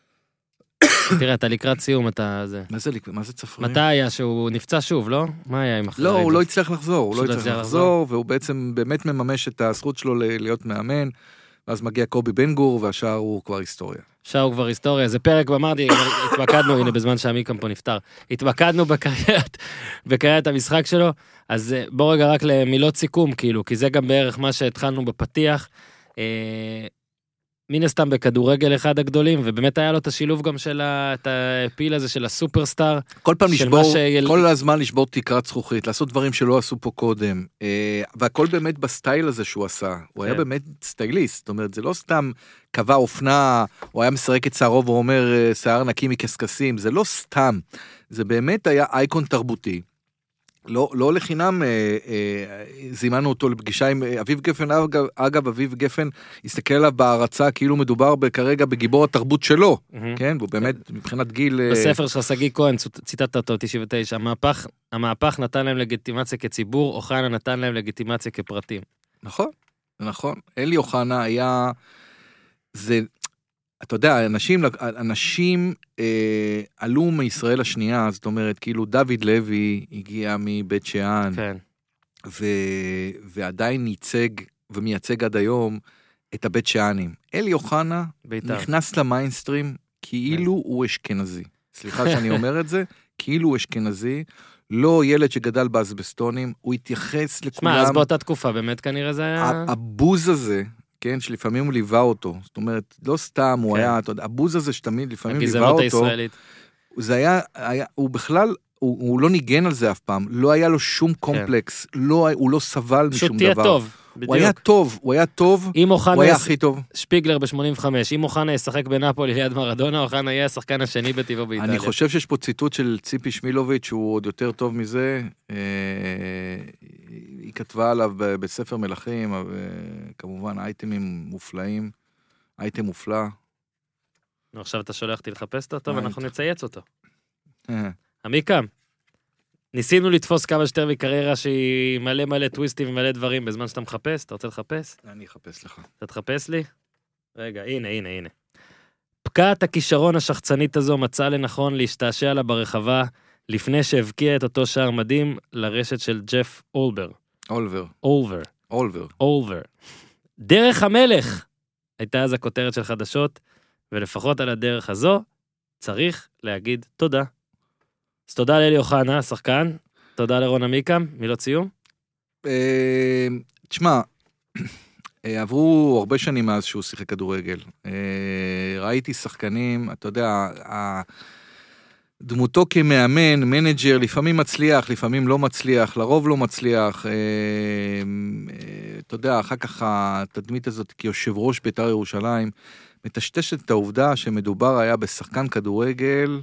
תראה, אתה לקראת סיום, אתה זה. מה זה, מה זה צפרים? מתי היה שהוא נפצע שוב, לא? מה היה עם אחרי? לא, הוא לא הצליח לחזור, הוא לא שהוא לא הצליח הצליח לחזור, והוא בעצם באמת מממש את הזכות שלו ל- להיות מאמן, ואז מגיע קובי בן גור, והשאר הוא כבר היסטוריה. השאר הוא כבר היסטוריה, זה פרק, ואמרתי, התמקדנו, הנה בזמן שעמיקם פה נפטר, התמקדנו בקריירת, בקריירת המשחק שלו, אז בוא רגע רק למילות סיכום, כאילו, כי זה גם בערך מה שהתחלנו בפתיח, אה, מן הסתם בכדורגל אחד הגדולים, ובאמת היה לו את השילוב גם של ה- את הפיל הזה של הסופרסטאר, כל פעם של לשבור, מה שיל- כל הזמן לשבור תקרת זכוכית, לעשות דברים שלא עשו פה קודם, אה, והכל באמת בסטייל הזה שהוא עשה, הוא היה כן. באמת סטייליסט, זאת אומרת, זה לא סתם קבע אופנה, הוא היה מסרק את שערו ואומר, אה, שיער נקי מקסקסים, זה לא סתם, זה באמת היה אייקון תרבותי, לא, לא לחינם, אה, אה, זימנו אותו לפגישה עם אה, אביב גפן, אגב, אגב, אביב גפן הסתכל עליו בהרצה, כאילו מדובר כרגע בגיבור התרבות שלו, מהמם. כן, והוא באמת, מבחינת גיל... אה, בספר של שגיא כהן, צוט- ציטטת אותו, תשעים ותשע, המהפך, המהפך נתן להם לגיטימציה כציבור, אוחנה נתן להם לגיטימציה כפרטים. נכון, נכון. אלי אוחנה היה, זה, אתה יודע, אנשים, אנשים אה, עלו מישראל השנייה, זאת אומרת, כאילו דוד לוי הגיע מבית שאן, כן. ו, ועדיין ייצג ומייצג עד היום את הבית שאנים. אלי אוחנה בית"ר. נכנס למיינסטרים כאילו הוא אשכנזי. סליחה שאני אומר את זה, כאילו הוא אשכנזי, לא ילד שגדל באסבסטונים, הוא התייחס לכולם. שמע, אז באותה תקופה באמת כנראה זה היה... הבוז הזה, כן, שלפעמים הוא ליווה אותו, זאת אומרת, לא סתם הוא כן. היה, אתה יודע, הבוז הזה שתמיד לפעמים ליווה הגזענות אותו, הישראלית. זה היה, היה הוא בכלל, הוא, הוא לא ניגן על זה אף פעם, לא היה לו שום קומפלקס, לא, הוא לא סבל פשוט משום תהיה דבר. טוב. הוא היה טוב, הוא היה טוב, אם אוחנה הוא היה יס- הכי טוב. שפיגלר ב-שמונים וחמש, אם אוחנה ישחק בנאפולי ליד מרדונה, אוחנה יהיה השחקן השני בטבעו באיטליה. אני חושב שיש פה ציטוט של ציפי שמילוביץ', שהוא עוד יותר טוב מזה. אה, היא כתבה עליו ב- בספר מלכים, וכמובן אייטמים מופלאים, אייטם מופלא. נו, עכשיו אתה שולח אותי לחפש אותו, טוב, אה, אנחנו נצייץ אותו. אה, עמיקה, ניסינו לתפוס כמה שיותר מקריירה שהיא מלא מלא טוויסטים ומלא דברים בזמן שאתה מחפש, אתה רוצה לחפש? אני אחפש לך. אתה תחפש לי? רגע, הנה, הנה, הנה. פקעת הכישרון השחצנית הזו מצאה לנכון להשתעשע לה ברחבה לפני שהבקיע את אותו שער מדהים לרשת של ג'ף אולבר. אולבר, אולבר. אולבר. אולבר. דרך המלך הייתה אז הכותרת של חדשות, ולפחות על הדרך הזו צריך להגיד תודה. אז תודה לאלי אוחנה, השחקן, תודה לרון עמיקם, מילות סיום. אה, תשמע, אה, עברו הרבה שנים מאז שהוא שיחק כדורגל. אה, ראיתי שחקנים, אתה יודע, ה- דמותו כמאמן, מנג'ר, לפעמים מצליח, לפעמים לא מצליח, לרוב לא מצליח. אה, אה, אתה יודע, אחר כך התדמית הזאת כיושב ראש בית"ר ירושלים, מטשטשת את העובדה שמדובר היה בשחקן כדורגל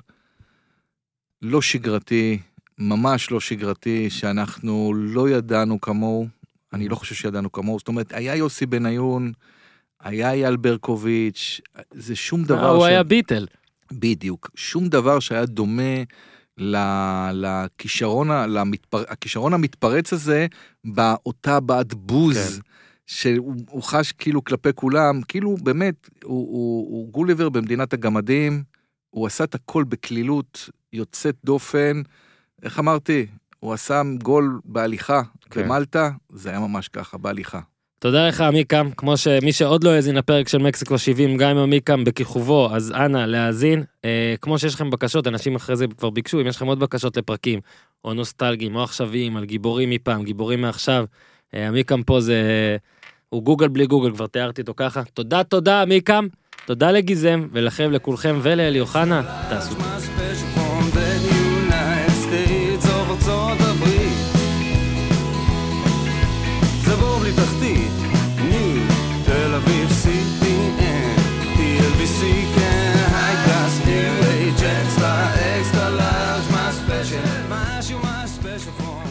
לא שגרתי, ממש לא שגרתי, שאנחנו לא ידענו כמוהו, אני לא חושב שידענו כמוהו, זאת אומרת, היה יוסי בניון, היה אייל ברקוביץ', זה שום דבר הוא ש... היה ביטל. בדיוק, שום דבר שהיה דומה ל- לכישרון, ה- למתפר... הכישרון המתפרץ הזה, באותה בעד בוז, כן. שהוא הוא חש כאילו כלפי כולם, כאילו באמת, הוא, הוא, הוא גוליבר במדינת הגמדים, הוא עשה את הכל בכלילות, יוצאת דופן, איך אמרתי, הוא עשה גול בהליכה, כן. במלטה, זה היה ממש ככה, בהליכה. תודה לך עמיקם, כמו שמי שעוד לא האזין לפרק של מקסיקו שבעים, גם עם עמיקם בכיכובו, אז אנא להאזין. אה, כמו שיש לכם בקשות, אנשים אחרי זה כבר ביקשו, אם יש לכם עוד בקשות לפרקים, או נוסטלגיים, או עכשוויים, על גיבורים מפעם, גיבורים מעכשיו, אה, עמיקם פה זה, הוא גוגל בלי גוגל, כבר תיארתי אותו ככה. תודה, תודה עמיקם, תודה לגיזם, ולכם, לכולכם ולאלי אוחנה, תעשו. My special from the United States of ארצות הברית. זה בור בלי תחתית, ניו, תל אביב, סי פי אן, טי אל בי סי, כן, high class, new age, extra, extra large, my special, משהו, my special from